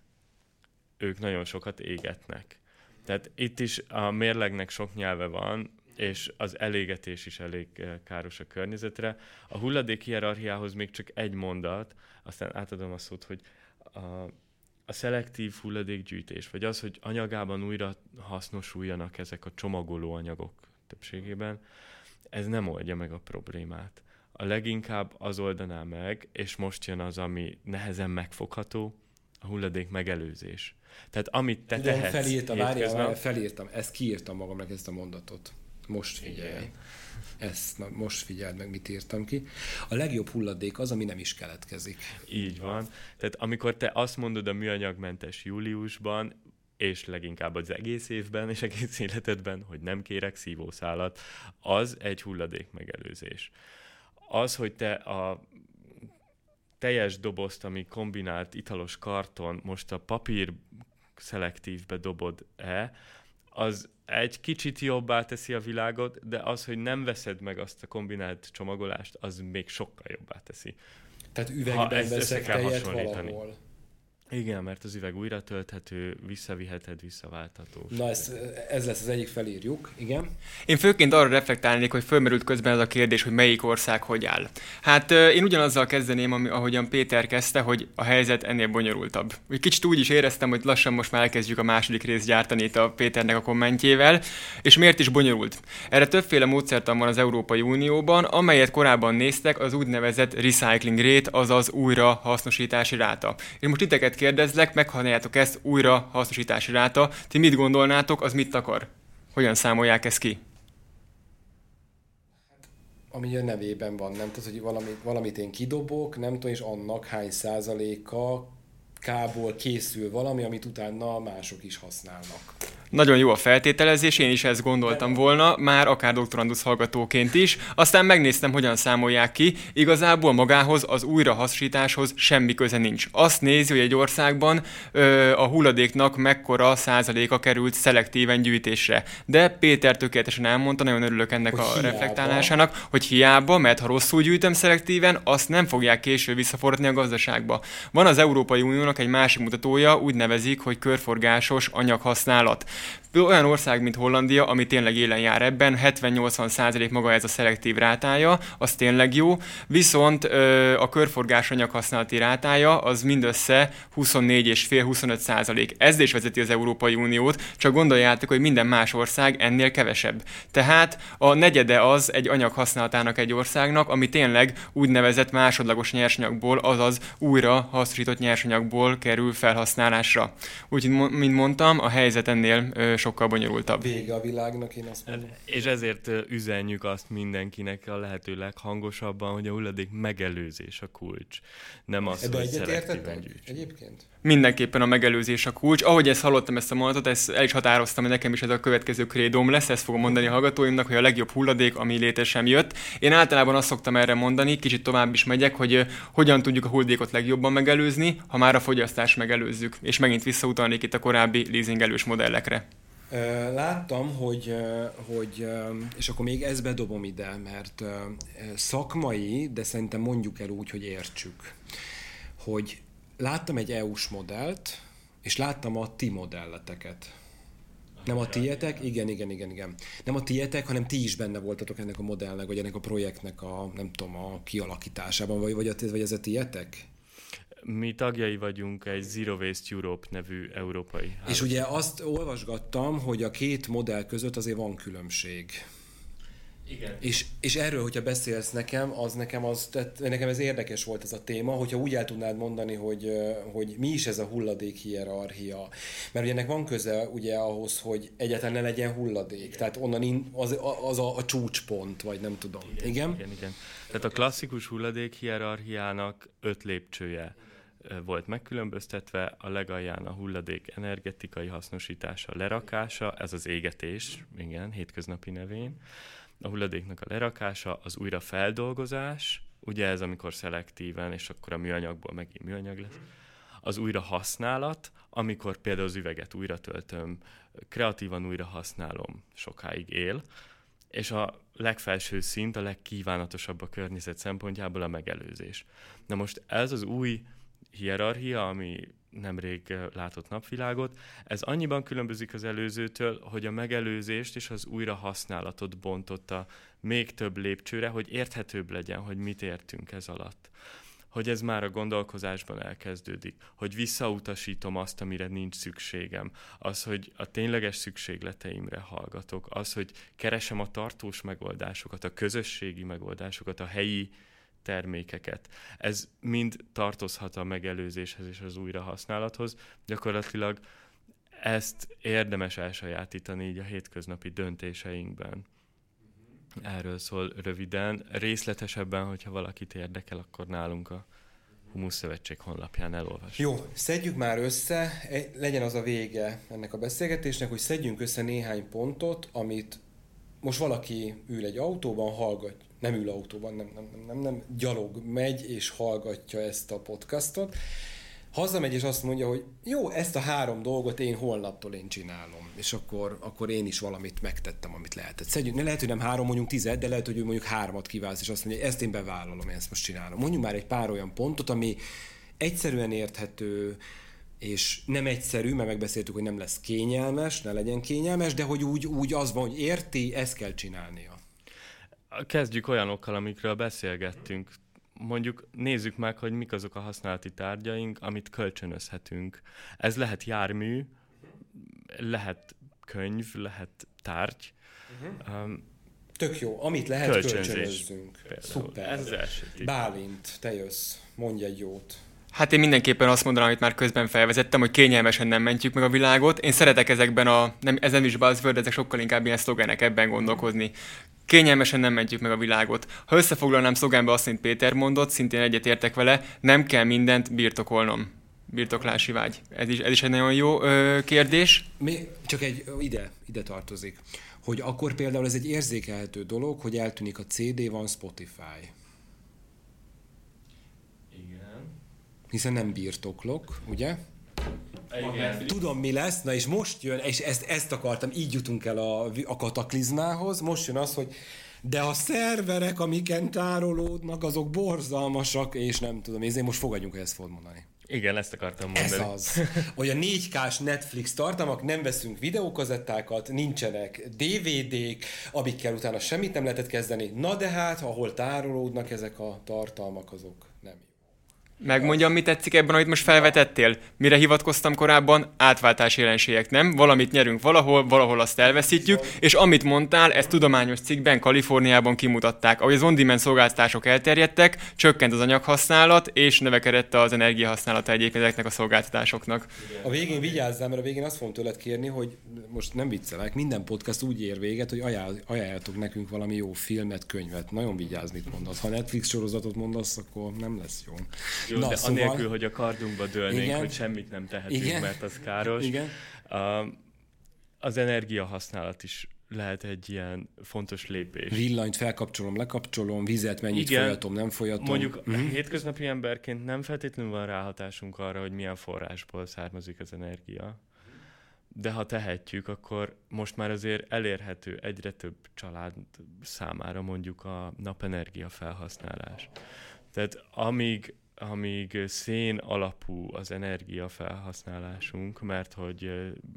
ők nagyon sokat égetnek. Tehát itt is a mérlegnek sok nyelve van, és az elégetés is elég káros a környezetre. A hulladék hierarchiához még csak egy mondat, aztán átadom a szót, hogy a szelektív hulladékgyűjtés, vagy az, hogy anyagában újra hasznosuljanak ezek a csomagoló anyagok többségében, ez nem oldja meg a problémát. A leginkább az oldaná meg, és most jön az, ami nehezen megfogható, a hulladék megelőzés. Tehát amit te tehetsz felírtam, ezt kiírtam magamnak, ezt a mondatot. Most figyelj. Most figyeld meg, mit írtam ki. A legjobb hulladék az, ami nem is keletkezik. Így van. Tehát amikor te azt mondod a műanyagmentes júliusban, és leginkább az egész évben és egész életedben, hogy nem kérek szívószálat, az egy hulladék megelőzés. Az, hogy te a teljes dobozt, ami kombinált italos karton, most a papír szelektívbe dobod-e, az egy kicsit jobbá teszi a világot, de az, hogy nem veszed meg azt a kombinált csomagolást, az még sokkal jobbá teszi. Tehát üvegben veszek tejet valahol. Igen, mert az üveg újra tölthető, visszaviheted, visszaváltható. Na, ez lesz az egyik, felírjuk, igen. Én főként arra reflektálnék, hogy fölmerült közben ez a kérdés, hogy melyik ország hogy áll. Hát én ugyanazzal kezdeném, ahogyan Péter kezdte, hogy a helyzet ennél bonyolultabb. Úgy kicsit úgy is éreztem, hogy lassan most már elkezdjük a második részt gyártani itt a Péternek a kommentjével. És miért is bonyolult? Erre többféle módszertan van az Európai Unióban, amelyet korábban néztek, az úgynevezett recycling rate, azaz újrahasznosítási ráta. És most titeket kérdezlek, meghalljátok ezt, újrahasznosítási ráta. Ti mit gondolnátok, az mit akar? Hogyan számolják ezt ki? Ami a nevében van, nem tudod, hogy valamit én kidobok, nem tudom, és annak hány százaléka kából készül valami, amit utána mások is használnak. Nagyon jó a feltételezés, én is ezt gondoltam volna, már akár doktorandusz hallgatóként is. Aztán megnéztem, hogyan számolják ki. Igazából magához, az újrahasznosításhoz semmi köze nincs. Azt nézi, hogy egy országban a hulladéknak mekkora százaléka került szelektíven gyűjtésre. De Péter tökéletesen elmondta, nagyon örülök ennek a reflektálásának, hogy hiába, mert ha rosszul gyűjtöm szelektíven, azt nem fogják később visszafordítani a gazdaságba. Van az Európai Uniónak egy másik mutatója, úgy nevezik, hogy körforgásos anyaghasználat. Olyan ország, mint Hollandia, ami tényleg élen jár ebben, 70-80% maga ez a szelektív rátája, az tényleg jó, viszont a körforgás anyaghasználati rátája az mindössze 24,5-25%. Ez is vezeti az Európai Uniót, csak gondoljátok, hogy minden más ország ennél kevesebb. Tehát a negyede az egy anyaghasználatának egy országnak, ami tényleg úgynevezett másodlagos nyersanyagból, azaz újra hasznosított nyersanyagból kerül felhasználásra. Úgyhogy, mint mondtam, a helyzet ennél sokkal bonyolultabb. Vége a világnak, én azt mondom. És ezért üzenjük azt mindenkinek a lehető leghangosabban, hogy a hulladék megelőzés a kulcs. Nem az, hogy szelektíven gyűjtsünk. Egyébként? Mindenképpen a megelőzés a kulcs. Ahogy ezt hallottam, ezt a mondatot, ezt el is határoztam, hogy nekem is ez a következő krédóm lesz, ezt fogom mondani a hallgatóimnak, hogy a legjobb hulladék, ami létre sem jött. Én általában azt szoktam erre mondani, kicsit tovább is megyek, hogy hogyan tudjuk a hulladékot legjobban megelőzni, ha már a fogyasztást megelőzzük. És megint visszautalnék itt a korábbi leasingelős modellekre. Láttam, hogy és akkor még ezt bedobom ide, mert szakmai, de szerintem mondjuk el úgy, hogy értsük, hogy láttam egy EU-s modellt, és láttam a ti modelleteket. Nem a tietek? Igen. Nem a tietek, hanem ti is benne voltatok ennek a modellnek, vagy ennek a projektnek a, nem tudom, a kialakításában, vagy ez a tietek? Mi tagjai vagyunk egy Zero Waste Europe nevű európai hálózat. És ugye azt olvasgattam, hogy a két modell között azért van különbség. Igen. És erről, hogyha beszélsz nekem, nekem ez érdekes volt ez a téma, hogyha úgy el tudnád mondani, hogy mi is ez a hulladék hierarchia. Mert ugye ennek van köze ugye ahhoz, hogy egyáltalán ne legyen hulladék. Tehát onnan az a csúcspont, vagy nem tudom. Igen. Tehát a klasszikus hulladék hierarchiának 5 lépcsője volt megkülönböztetve, a legalján a hulladék energetikai hasznosítása, lerakása, ez az égetés, igen, hétköznapi nevén. A hulladéknak a lerakása, az újrafeldolgozás, ugye ez amikor szelektíven, és akkor a műanyagból megint műanyag lesz. Az újrahasználat, amikor például az üveget újra töltöm, kreatívan újra használom, sokáig él, és a legfelső szint, a legkívánatosabb a környezet szempontjából a megelőzés. Na most ez az új hierarchia, ami nemrég látott napvilágot, ez annyiban különbözik az előzőtől, hogy a megelőzést és az újrahasználatot bontotta még több lépcsőre, hogy érthetőbb legyen, hogy mit értünk ez alatt. hogy ez már a gondolkozásban elkezdődik, hogy visszautasítom azt, amire nincs szükségem, az, hogy a tényleges szükségleteimre hallgatok, az, hogy keresem a tartós megoldásokat, a közösségi megoldásokat, a helyi termékeket. Ez mind tartozhat a megelőzéshez és az újrahasználathoz. Gyakorlatilag ezt érdemes elsajátítani így a hétköznapi döntéseinkben. Erről szól röviden. Részletesebben, hogyha valakit érdekel, akkor nálunk a Humusz Szövetség honlapján elolvas. Jó, szedjük már össze, legyen az a vége ennek a beszélgetésnek, hogy szedjünk össze néhány pontot, amit most valaki ül egy autóban, hallgat, nem ül autóban, nem, gyalog megy és hallgatja ezt a podcastot, hazamegy és azt mondja, hogy jó, ezt a 3 dolgot én holnaptól csinálom, és akkor én is valamit megtettem, amit lehetett. Szedjünk, lehet, hogy nem 3, mondjuk 10, de lehet, hogy ő mondjuk 3-at kiválaszt, és azt mondja, ezt én bevállalom, én ezt most csinálom. Mondjuk már egy pár olyan pontot, ami egyszerűen érthető, és nem egyszerű, mert megbeszéltük, hogy nem lesz kényelmes, ne legyen kényelmes, de hogy úgy az van, hogy érti, ezt kell csinálnia. Kezdjük olyanokkal, amikről beszélgettünk. Mondjuk nézzük meg, hogy mik azok a használati tárgyaink, amit kölcsönözhetünk. Ez lehet jármű, lehet könyv, lehet tárgy. Tök jó, amit lehet, kölcsönözzünk. Szuper. Ez az első. Bálint, te jössz, mondj egy jót. Hát én mindenképpen azt mondanám, amit már közben felvezettem, hogy kényelmesen nem mentjük meg a világot. Én szeretek ezekben ez nem is buzzword, ezek sokkal inkább ilyen szlogenek, ebben gondolkozni. Kényelmesen nem mentjük meg a világot. Ha összefoglalnám szlogenbe azt, mint Péter mondott, szintén egyetértek vele, nem kell mindent birtokolnom. Birtoklási vágy. Ez is egy nagyon jó kérdés. Csak ide tartozik, hogy akkor például ez egy érzékelhető dolog, hogy eltűnik a CD, van Spotify. Hiszen nem birtoklok, ugye? Igen. Tudom, mi lesz, na és most jön, és ezt akartam, így jutunk el a kataklizmához, most jön az, hogy de a szerverek, amiken tárolódnak, azok borzalmasak, és nem tudom, én most fogadjunk, hogy ezt fogod mondani. Igen, ezt akartam mondani. Ez az. Hogy a 4K-s Netflix tartalmak, nem veszünk videókazettákat, nincsenek DVD-k, amikkel utána semmit nem lehetett kezdeni. Na de hát, ahol tárolódnak ezek a tartalmak, azok nem jó. Megmondjam, mi tetszik ebben, amit most felvetettél? Mire hivatkoztam korábban? Átváltás jelenségek, nem? Valamit nyerünk valahol azt elveszítjük, és amit mondtál, ezt tudományos cikkben Kaliforniában kimutatták. Ahogy az on-demand szolgáltatások elterjedtek, csökkent az anyaghasználat, és növekedett az energiahasználata egyébként ezeknek a szolgáltatásoknak. A végén vigyázzál, mert a végén azt fogom tőled kérni, hogy most nem viccelek, minden podcast úgy ér véget, hogy ajánljatok nekünk valami jó filmet, könyvet. Nagyon vigyázz, mit mondasz. Ha Netflix sorozatot mondasz, akkor nem lesz jó. Jó, de szóval... anélkül, hogy a kardunkba dőlnénk, igen, hogy semmit nem tehetünk, igen, mert az káros. Igen. Az energiahasználat is lehet egy ilyen fontos lépés. Villanyt felkapcsolom, lekapcsolom, vizet mennyit folyatom, nem folyatom. Mondjuk hétköznapi emberként nem feltétlenül van ráhatásunk arra, hogy milyen forrásból származik az energia. De ha tehetjük, akkor most már azért elérhető egyre több család számára mondjuk a napenergia felhasználás. Tehát amíg szén alapú az energiafelhasználásunk, mert hogy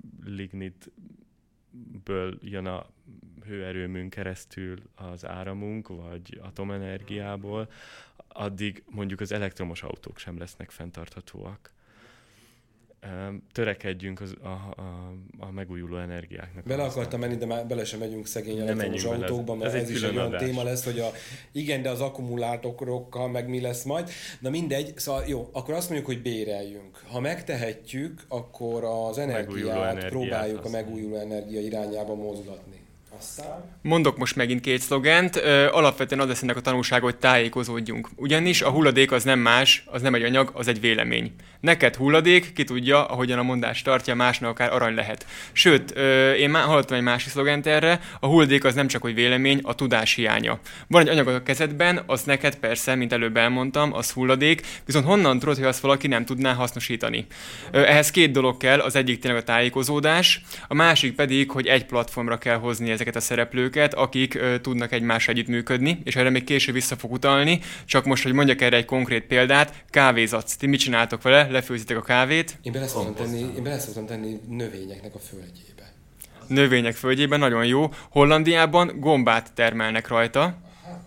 lignitből jön a hőerőműn keresztül az áramunk, vagy atomenergiából, addig mondjuk az elektromos autók sem lesznek fenntarthatóak. Törekedjünk a megújuló energiáknak. Bele akartam menni, de már bele sem megyünk szegény elektromos autókban, mert ez is egy olyan téma lesz, hogy igen, de az akkumulátorokkal meg mi lesz majd. Na mindegy, szóval jó, akkor azt mondjuk, hogy béreljünk. Ha megtehetjük, akkor az energiát próbáljuk a megújuló energia irányába mozgatni. Mondok most megint 2 szlogent. Alapvetően az lesz ennek a tanulság, hogy tájékozódjunk. Ugyanis a hulladék az nem más, az nem egy anyag, az egy vélemény. Neked hulladék, ki tudja, ahogyan a mondás tartja, másnak akár arany lehet. Sőt, én már hallottam egy másik szlogent erre, a hulladék az nem csak hogy vélemény, a tudás hiánya. Van egy anyag a kezedben, az neked persze, mint előbb elmondtam, az hulladék, viszont honnan tudod, hogy azt valaki nem tudná hasznosítani. Ehhez 2 dolog kell, az egyik tényleg a tájékozódás, a másik pedig, hogy egy platformra kell hozni ezeket a szereplőket, akik tudnak egymással együttműködni, és erre még később vissza fog utalni, csak most, hogy mondjak erre egy konkrét példát, kávézatsz. Ti mit csináltok vele? Lefőzitek a kávét? Én bele szoktam tenni növényeknek a földjébe. Növények földjében, nagyon jó. Hollandiában gombát termelnek rajta.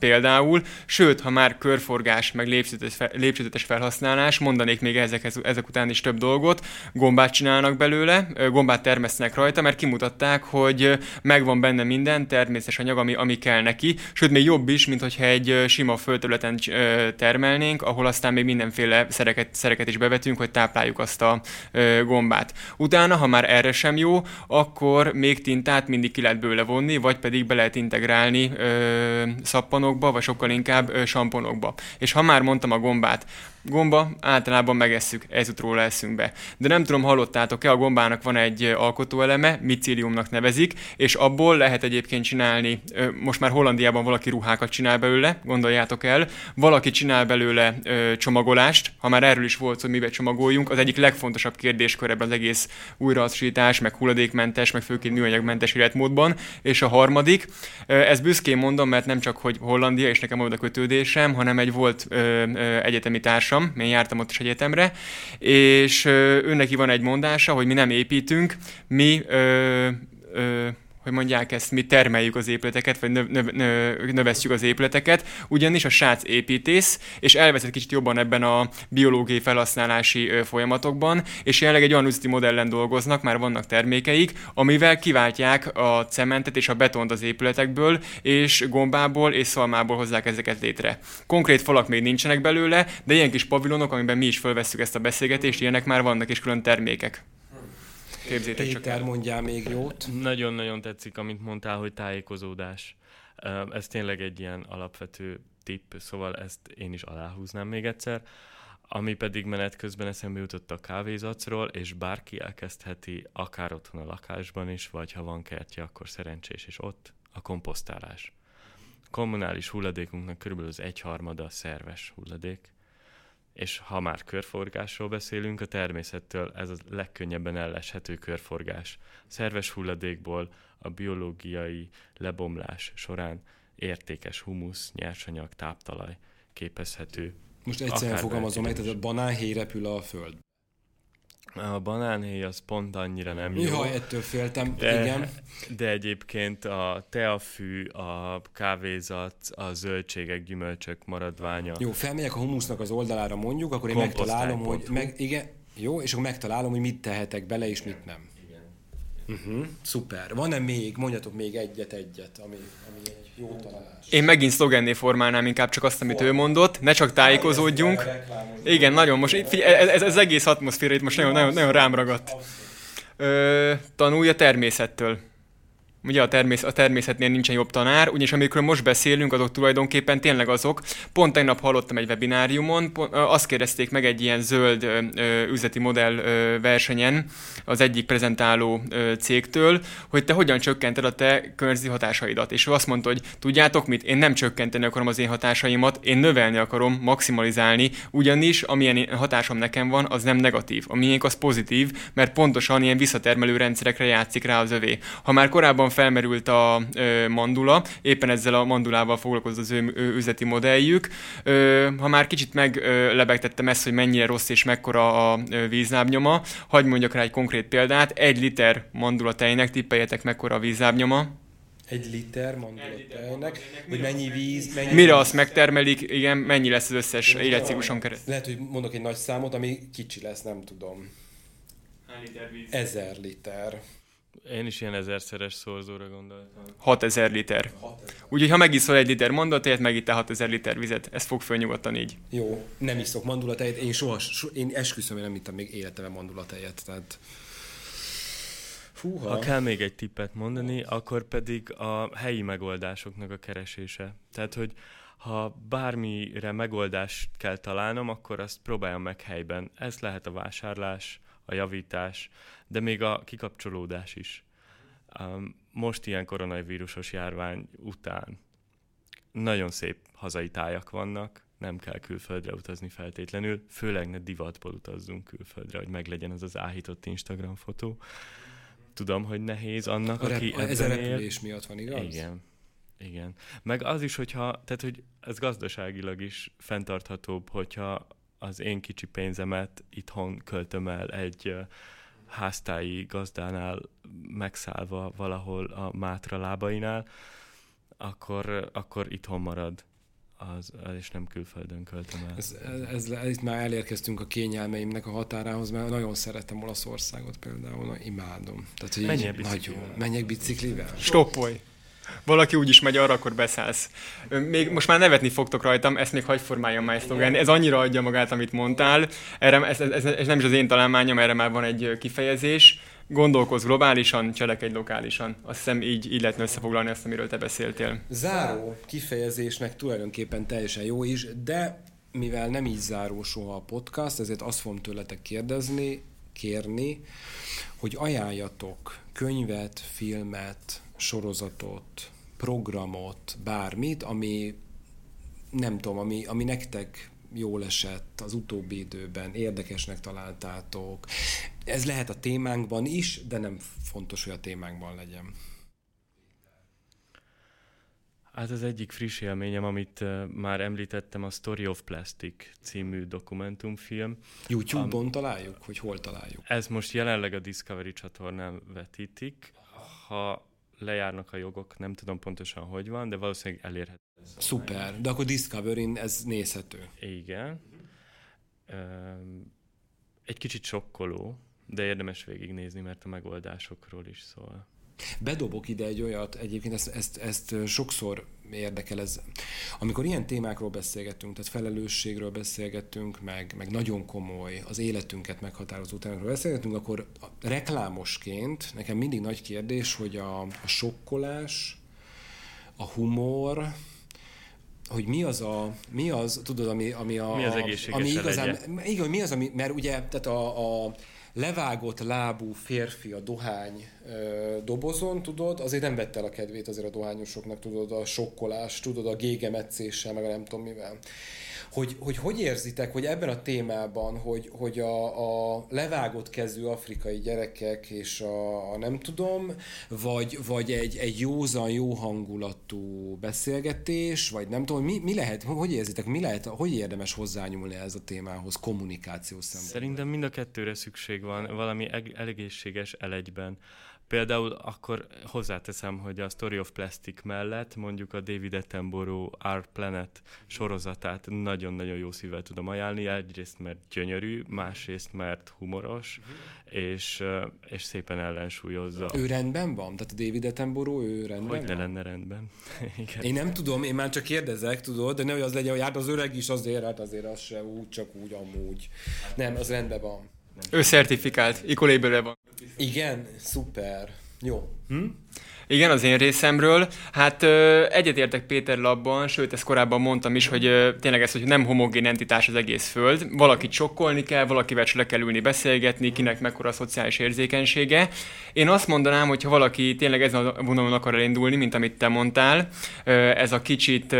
például, sőt, ha már körforgás, meg lépcsőzetes felhasználás, mondanék még ezek után is több dolgot, gombát csinálnak belőle, gombát termesztenek rajta, mert kimutatták, hogy megvan benne minden természetes anyag, ami kell neki, sőt, még jobb is, mint hogyha egy sima földterületen termelnénk, ahol aztán még mindenféle szereket is bevetünk, hogy tápláljuk azt a gombát. Utána, ha már erre sem jó, akkor még tintát mindig ki lehet belőle vonni, vagy pedig be lehet integrálni szappanokba, vagy sokkal inkább samponokba. És ha már mondtam a gombát, gomba általában megesszük, ez jut róla eszünkbe. De nem tudom, hallottátok-e, a gombának van egy alkotóeleme, micéliumnak nevezik, és abból lehet egyébként csinálni, most már Hollandiában valaki ruhákat csinál belőle, gondoljátok el, valaki csinál belőle csomagolást, ha már erről is volt szó, hogy mivel csomagoljunk, az egyik legfontosabb kérdéskör ebben az egész újrahasznosítás, meg hulladékmentes, meg főként műanyagmentes életmódban, és a harmadik, ezt büszkén mondom, mert nem csak, hogy Hollandia, és nekem oda kötődésem, hanem egy volt egyetemi társam, én jártam ott is egyetemre, és őneki van egy mondása, hogy mi nem építünk, mi hogy mondják ezt, mi termeljük az épületeket, vagy növesztjük az épületeket, ugyanis a srác építész, és elveszett kicsit jobban ebben a biológiai felhasználási folyamatokban, és jelenleg egy olyan üzleti modellen dolgoznak, már vannak termékeik, amivel kiváltják a cementet és a betont az épületekből, és gombából és szalmából hozzák ezeket létre. Konkrét falak még nincsenek belőle, de ilyen kis pavilonok, amiben mi is fölvesszük ezt a beszélgetést, ilyenek már vannak, és külön termékek. Péter, mondjál még jót. Nagyon-nagyon tetszik, amit mondtál, hogy tájékozódás. Ez tényleg egy ilyen alapvető tipp, szóval ezt én is aláhúznám még egyszer. Ami pedig menet közben eszembe jutott a kávézacról, és bárki elkezdheti, akár otthon a lakásban is, vagy ha van kertje, akkor szerencsés, és ott a komposztálás. A kommunális hulladékunknak körülbelül az 1/3 szerves hulladék, és ha már körforgásról beszélünk, a természettől ez a legkönnyebben elleshető körforgás. Szerves hulladékból a biológiai lebomlás során értékes humusz, nyersanyag, táptalaj képezhető. Most egyszerűen fogalmazom meg, tehát a banánhéj repül a föld. A banánhéj az pont annyira nem jó. Jaj, ettől féltem, igen. De egyébként a teafű, a kávézat, a zöldségek, gyümölcsök maradványa. Jó, felmegyek a humusznak az oldalára mondjuk, akkor én megtalálom, hogy jó, és akkor megtalálom, hogy mit tehetek bele, és mit nem. Szuper. Van-e még, mondjatok még egyet, ami egy jó találás? Én megint szlogenné formálnám inkább csak azt, amit ő mondott, ne csak tájékozódjunk. Igen, nagyon, most figyelj, ez egész atmoszféra itt most nagyon rám ragadt. Tanulj a természettől. Ugye a természetnél nincsen jobb tanár, ugyanis amikről most beszélünk, azok tulajdonképpen tényleg azok. Pont tegnap hallottam egy webináriumon, azt kérdezték meg egy ilyen zöld üzleti modell versenyen az egyik prezentáló cégtől, hogy te hogyan csökkented a te környezeti hatásaidat. És ő azt mondta, hogy tudjátok mit, én nem csökkenteni akarom az én hatásaimat, én növelni akarom, maximalizálni, ugyanis amilyen hatásom nekem van, az nem negatív. A miénk az pozitív, mert pontosan ilyen visszatermelő rendszerekre játszik rá az övé. Ha már korábban felmerült a mandula, éppen ezzel a mandulával foglalkozott az ő üzleti modelljük. Ha már kicsit meglebegtettem ezt, hogy mennyire rossz és mekkora a vízlábnyoma, hadd mondjak rá egy konkrét példát. 1 liter mandula tejnek, tippeljetek mekkora a vízlábnyoma. 1 liter mandula tejnek, hogy mennyi víz... Mire azt megtermelik, igen, mennyi lesz az összes életcikluson keresztül. Lehet, hogy mondok egy nagy számot, ami kicsi lesz, nem tudom. Hány liter víz? 1000 liter. Én is ilyen 1000-szeres szorzóra gondoltam. 6000 liter. Úgyhogy ha megiszol 1 liter mandulatejet, megittál 6000 liter vizet. Ez fog föl nyugodtan így. Jó, nem iszok mandulatejet. Én esküszöm, hogy nem ittam még életemben mandulatejet. Tehát... Ha kell még egy tippet mondani, akkor pedig a helyi megoldásoknak a keresése. Tehát, hogy ha bármire megoldást kell találnom, akkor azt próbáljam meg helyben. Ez lehet a vásárlás, a javítás, de még a kikapcsolódás is. Most ilyen koronavírusos járvány után nagyon szép hazai tájak vannak, nem kell külföldre utazni feltétlenül, főleg ne divatból utazzunk külföldre, hogy meglegyen az áhított Instagram fotó. Tudom, hogy nehéz annak, aki ez a repülés miatt van, igaz? Igen. Meg az is, tehát, hogy ez gazdaságilag is fenntarthatóbb, hogyha az én kicsi pénzemet itthon költöm el egy háztáji gazdánál megszállva valahol a Mátra lábainál, akkor itthon marad. és nem külföldön költöm el. Itt már elérkeztünk a kényelmeimnek a határához, mert nagyon szeretem Olaszországot például, imádom. Tehát, hogy menjek biciklivel? Stoppolj! Valaki úgy is megy arra, akkor beszállsz. Még most már nevetni fogtok rajtam, ezt még hagy formáljam már szlogen. Ez annyira adja magát, amit mondtál. Ez nem is az én találmányom, erre már van egy kifejezés. Gondolkozz globálisan, cselekedj lokálisan. Azt hiszem így lehetne összefoglalni azt, amiről te beszéltél. Záró kifejezésnek tulajdonképpen teljesen jó is, de mivel nem így záró soha a podcast, ezért azt fogom tőletek kérni, hogy ajánljatok könyvet, filmet, sorozatot, programot, bármit, ami nem tudom, ami nektek jól esett az utóbbi időben, érdekesnek találtátok. Ez lehet a témánkban is, de nem fontos, hogy a témánkban legyen. Hát az egyik friss élményem, amit már említettem, a Story of Plastic című dokumentumfilm. YouTube-on találjuk? Hogy hol találjuk? Ez most jelenleg a Discovery csatornán vetítik. Ha lejárnak a jogok, nem tudom pontosan, hogy van, de valószínűleg elérhető. Szuper, de akkor Discovery-n ez nézhető. Igen. Egy kicsit sokkoló, de érdemes végignézni, mert a megoldásokról is szól. Bedobok ide egy olyat, egyébként ezt sokszor érdekel ez. Amikor ilyen témákról beszélgetünk, tehát felelősségről beszélgetünk, meg nagyon komoly, az életünket meghatározó témákról beszélgetünk, akkor reklámosként nekem mindig nagy kérdés, hogy a sokkolás, a humor, hogy mi az, tudod, ami az egészséges igazán, igen, mi az, ami, mert ugye, tehát a levágott lábú férfi a dohány dobozon, tudod, azért nem vette el a kedvét azért a dohányosoknak, tudod, a sokkolás, tudod, a gégemetszéssel, meg a nem tudom mivel. Hogy érzitek, hogy ebben a témában, hogy a levágott kezű afrikai gyerekek és a nem tudom, vagy egy józan, jó hangulatú beszélgetés, vagy nem tudom, mi lehet, hogy érzitek, hogy érdemes hozzányúlni ez a témához kommunikációs szempontból? Szerintem mind a kettőre szükség van, valami egészséges elegyben. Például akkor hozzáteszem, hogy a Story of Plastic mellett mondjuk a David Attenborough Our Planet sorozatát nagyon-nagyon jó szívvel tudom ajánlani. Egyrészt, mert gyönyörű, másrészt, mert humoros, és szépen ellensúlyozza. Ő rendben van? Tehát a David Attenborough, ő rendben van? Hogy ne lenne rendben. Igen. Én nem tudom, én már csak kérdezek, tudod, de nehogy az legyen, hogy hát az öreg is azért, hát azért az se úgy, csak úgy, amúgy. Nem, az rendben van. Ő certifikált, ecolabel-re van. Igen, szuper. Jó. Igen, az én részemről. Hát egyetértek Péterrel abban, sőt, ezt korábban mondtam is, hogy tényleg ez, hogy nem homogén entitás az egész Föld. Valakit sokkolni kell, valakivel le kell ülni, beszélgetni, kinek mekkora a szociális érzékenysége. Én azt mondanám, hogy ha valaki tényleg ezen a vonalon akar elindulni, mint amit te mondtál, ez a kicsit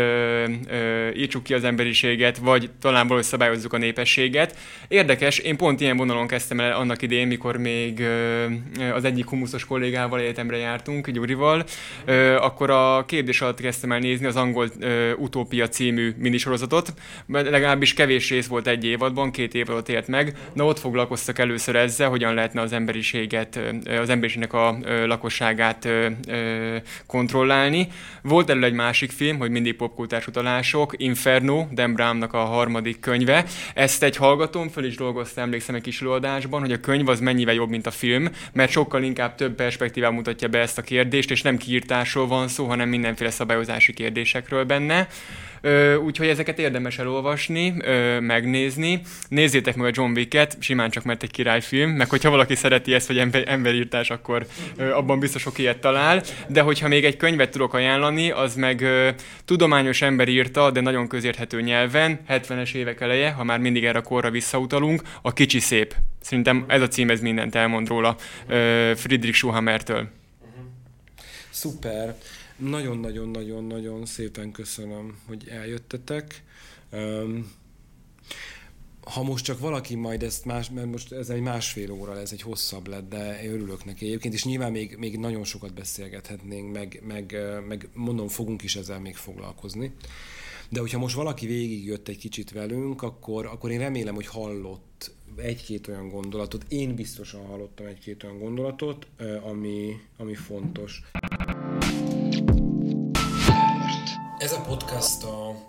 írtsuk ki az emberiséget, vagy talán valahogy szabályozzuk a népességet. Érdekes, én pont ilyen vonalon kezdtem el annak idején, mikor még az egyik humuszos kollégával egyetemre jártunk, Gyurival, akkor a képzés alatt kezdtem el nézni az angol Utópia című minisorozatot, legalábbis kevés rész volt egy évadban, 2 év alatt élt meg. Na ott foglalkoztak először ezzel, hogyan lehetne az emberiséget, az emberiségnek a lakosságát kontrollálni. Volt elő egy másik film, hogy mindig popkultúrás utalások, Inferno, Dan Brownnak a 3. könyve. Ezt egy hallgatóm föl is dolgozta, emlékszem egy kis előadásban, hogy a könyv az mennyivel jobb, mint a film, mert sokkal inkább több perspektíván mutatja be ezt a kérdést, és nem kiírtásról van szó, hanem mindenféle szabályozási kérdésekről benne. Úgyhogy ezeket érdemes elolvasni, megnézni. Nézzétek meg a John Wick-et, simán csak mert egy királyfilm, meg hogyha valaki szereti ezt, hogy emberírtás, akkor abban biztos sok ilyet talál. De hogyha még egy könyvet tudok ajánlani, az meg tudományos ember írta, de nagyon közérthető nyelven, 70-es évek eleje, ha már mindig erre a korra visszautalunk, A kicsi szép. Szerintem ez a cím, ez mindent elmond róla Friedrich Schuhammertől. Szuper. Nagyon-nagyon-nagyon-nagyon szépen köszönöm, hogy eljöttetek. Ha most csak valaki majd ezt mert most ez egy 1,5 óra lesz, egy hosszabb lett, de én örülök neki egyébként, és nyilván még nagyon sokat beszélgethetnénk, meg mondom, fogunk is ezzel még foglalkozni. De hogyha most valaki végigjött egy kicsit velünk, akkor én remélem, hogy hallott egy-két olyan gondolatot. Én biztosan hallottam egy-két olyan gondolatot, ami fontos. Ez a podcast a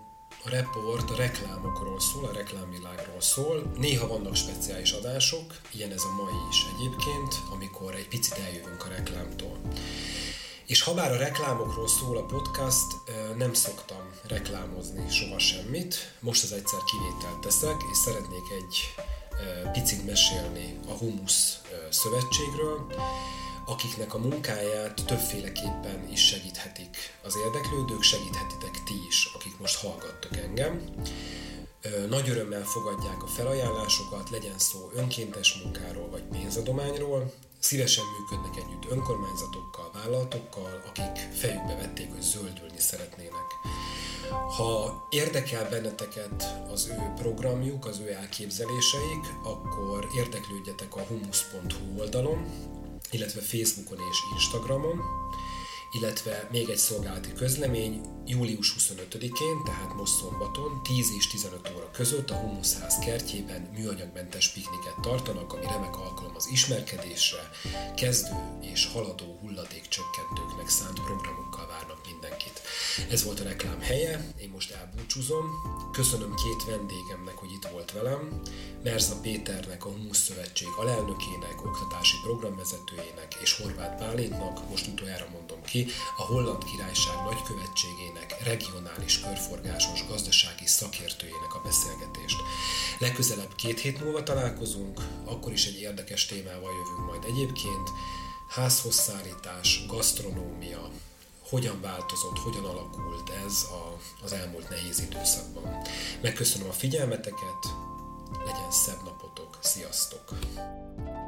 A report a reklámokról szól, a reklámvilágról szól. Néha vannak speciális adások, ilyen ez a mai is egyébként, amikor egy picit eljövünk a reklámtól. És habár a reklámokról szól a podcast, nem szoktam reklámozni soha semmit. Most az egyszer kivételt teszek, és szeretnék egy picit mesélni a Humusz Szövetségről, akiknek a munkáját többféleképpen is segíthetik az érdeklődők, segíthetitek ti is, akik most hallgattok engem. Nagy örömmel fogadják a felajánlásokat, legyen szó önkéntes munkáról vagy pénzadományról. Szívesen működnek együtt önkormányzatokkal, vállalatokkal, akik fejükbe vették, hogy zöldülni szeretnének. Ha érdekel benneteket az ő programjuk, az ő elképzeléseik, akkor érdeklődjetek a humusz.hu oldalon, illetve Facebookon és Instagramon, illetve még egy szolgálati közlemény, július 25-én, tehát most szombaton, 10 és 15 óra között a Humuszház kertjében műanyagmentes pikniket tartanak, ami remek alkalom az ismerkedésre, kezdő és haladó hulladékcsökkentőknek szánt programokkal várnak mindenkit. Ez volt a reklám helye, én most elbúcsúzom. Köszönöm két vendégemnek, hogy itt volt velem, Merza Péternek, a Humusz Szövetség alelnökének, oktatási programvezetőjének és Horváth Bálintnak, most utoljára mondom ki, a Holland Királyság nagykövetségének regionális körforgásos gazdasági szakértőjének a beszélgetést. Legközelebb 2 hét múlva találkozunk, akkor is egy érdekes témával jövünk majd egyébként. Házhozszállítás, gasztronómia, hogyan változott, hogyan alakult ez az elmúlt nehéz időszakban. Megköszönöm a figyelmeteket, legyen szebb napotok, sziasztok!